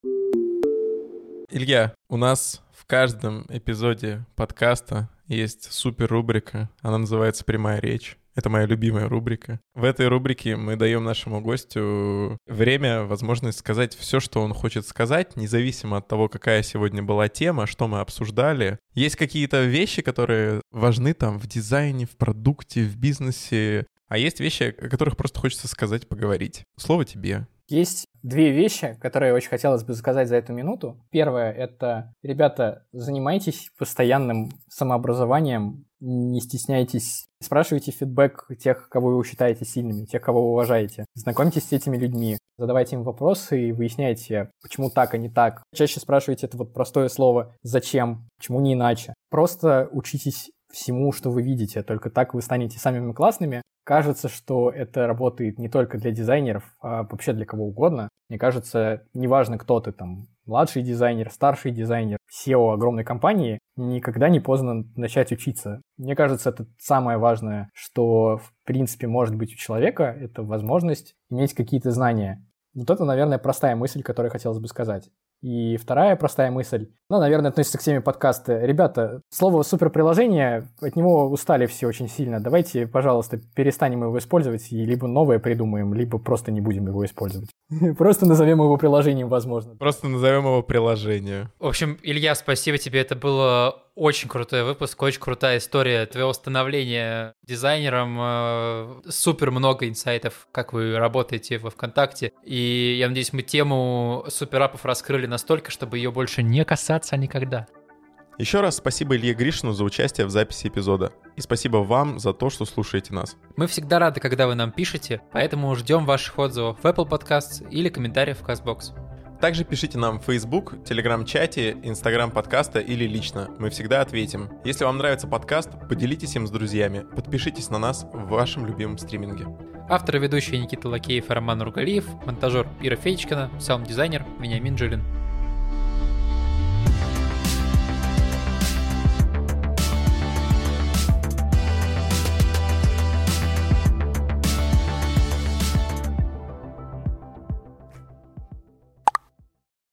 Илья, у нас в каждом эпизоде подкаста есть супер рубрика, она называется «Прямая речь». Это моя любимая рубрика. В этой рубрике мы даем нашему гостю время, возможность сказать все, что он хочет сказать, независимо от того, какая сегодня была тема, что мы обсуждали. Есть какие-то вещи, которые важны там в дизайне, в продукте, в бизнесе, а есть вещи, о которых просто хочется сказать, поговорить. Слово тебе. Есть две вещи, которые очень хотелось бы сказать за эту минуту. Первое — это, ребята, занимайтесь постоянным самообразованием, не стесняйтесь, спрашивайте фидбэк тех, кого вы считаете сильными, тех, кого вы уважаете. Знакомьтесь с этими людьми, задавайте им вопросы и выясняйте, почему так, а не так. Чаще спрашивайте это вот простое слово «зачем?», почему не иначе. Просто учитесь всему, что вы видите, только так вы станете самыми классными. Кажется, что это работает не только для дизайнеров, а вообще для кого угодно. Мне кажется, неважно, кто ты там, младший дизайнер, старший дизайнер, SEO огромной компании, никогда не поздно начать учиться. Мне кажется, это самое важное, что в принципе может быть у человека, это возможность иметь какие-то знания. Вот это, наверное, простая мысль, которую хотелось бы сказать. И вторая простая мысль, наверное, относится к теме подкаста. Ребята, слово «суперприложение», от него устали все очень сильно. Давайте, пожалуйста, перестанем его использовать и либо новое придумаем, либо просто не будем его использовать. Просто назовем его приложением, возможно. Просто назовем его приложение. В общем, Илья, спасибо тебе, это было очень крутой выпуск, очень крутая история твоего становления дизайнером, супер много инсайтов, как вы работаете во ВКонтакте, и я надеюсь, мы тему суперапов раскрыли настолько, чтобы ее больше не касаться никогда. Еще раз спасибо Илье Гришину за участие в записи эпизода. И спасибо вам за то, что слушаете нас. Мы всегда рады, когда вы нам пишете, поэтому ждем ваших отзывов в Apple Podcasts или комментариев в CastBox. Также пишите нам в Facebook, Telegram-чате, Instagram подкаста или лично. Мы всегда ответим. Если вам нравится подкаст, поделитесь им с друзьями. Подпишитесь на нас в вашем любимом стриминге. Авторы и ведущие Никита Лакеев и Роман Ругалиев, монтажер Ира Федичкина, саунд-дизайнер Вениамин Жилин.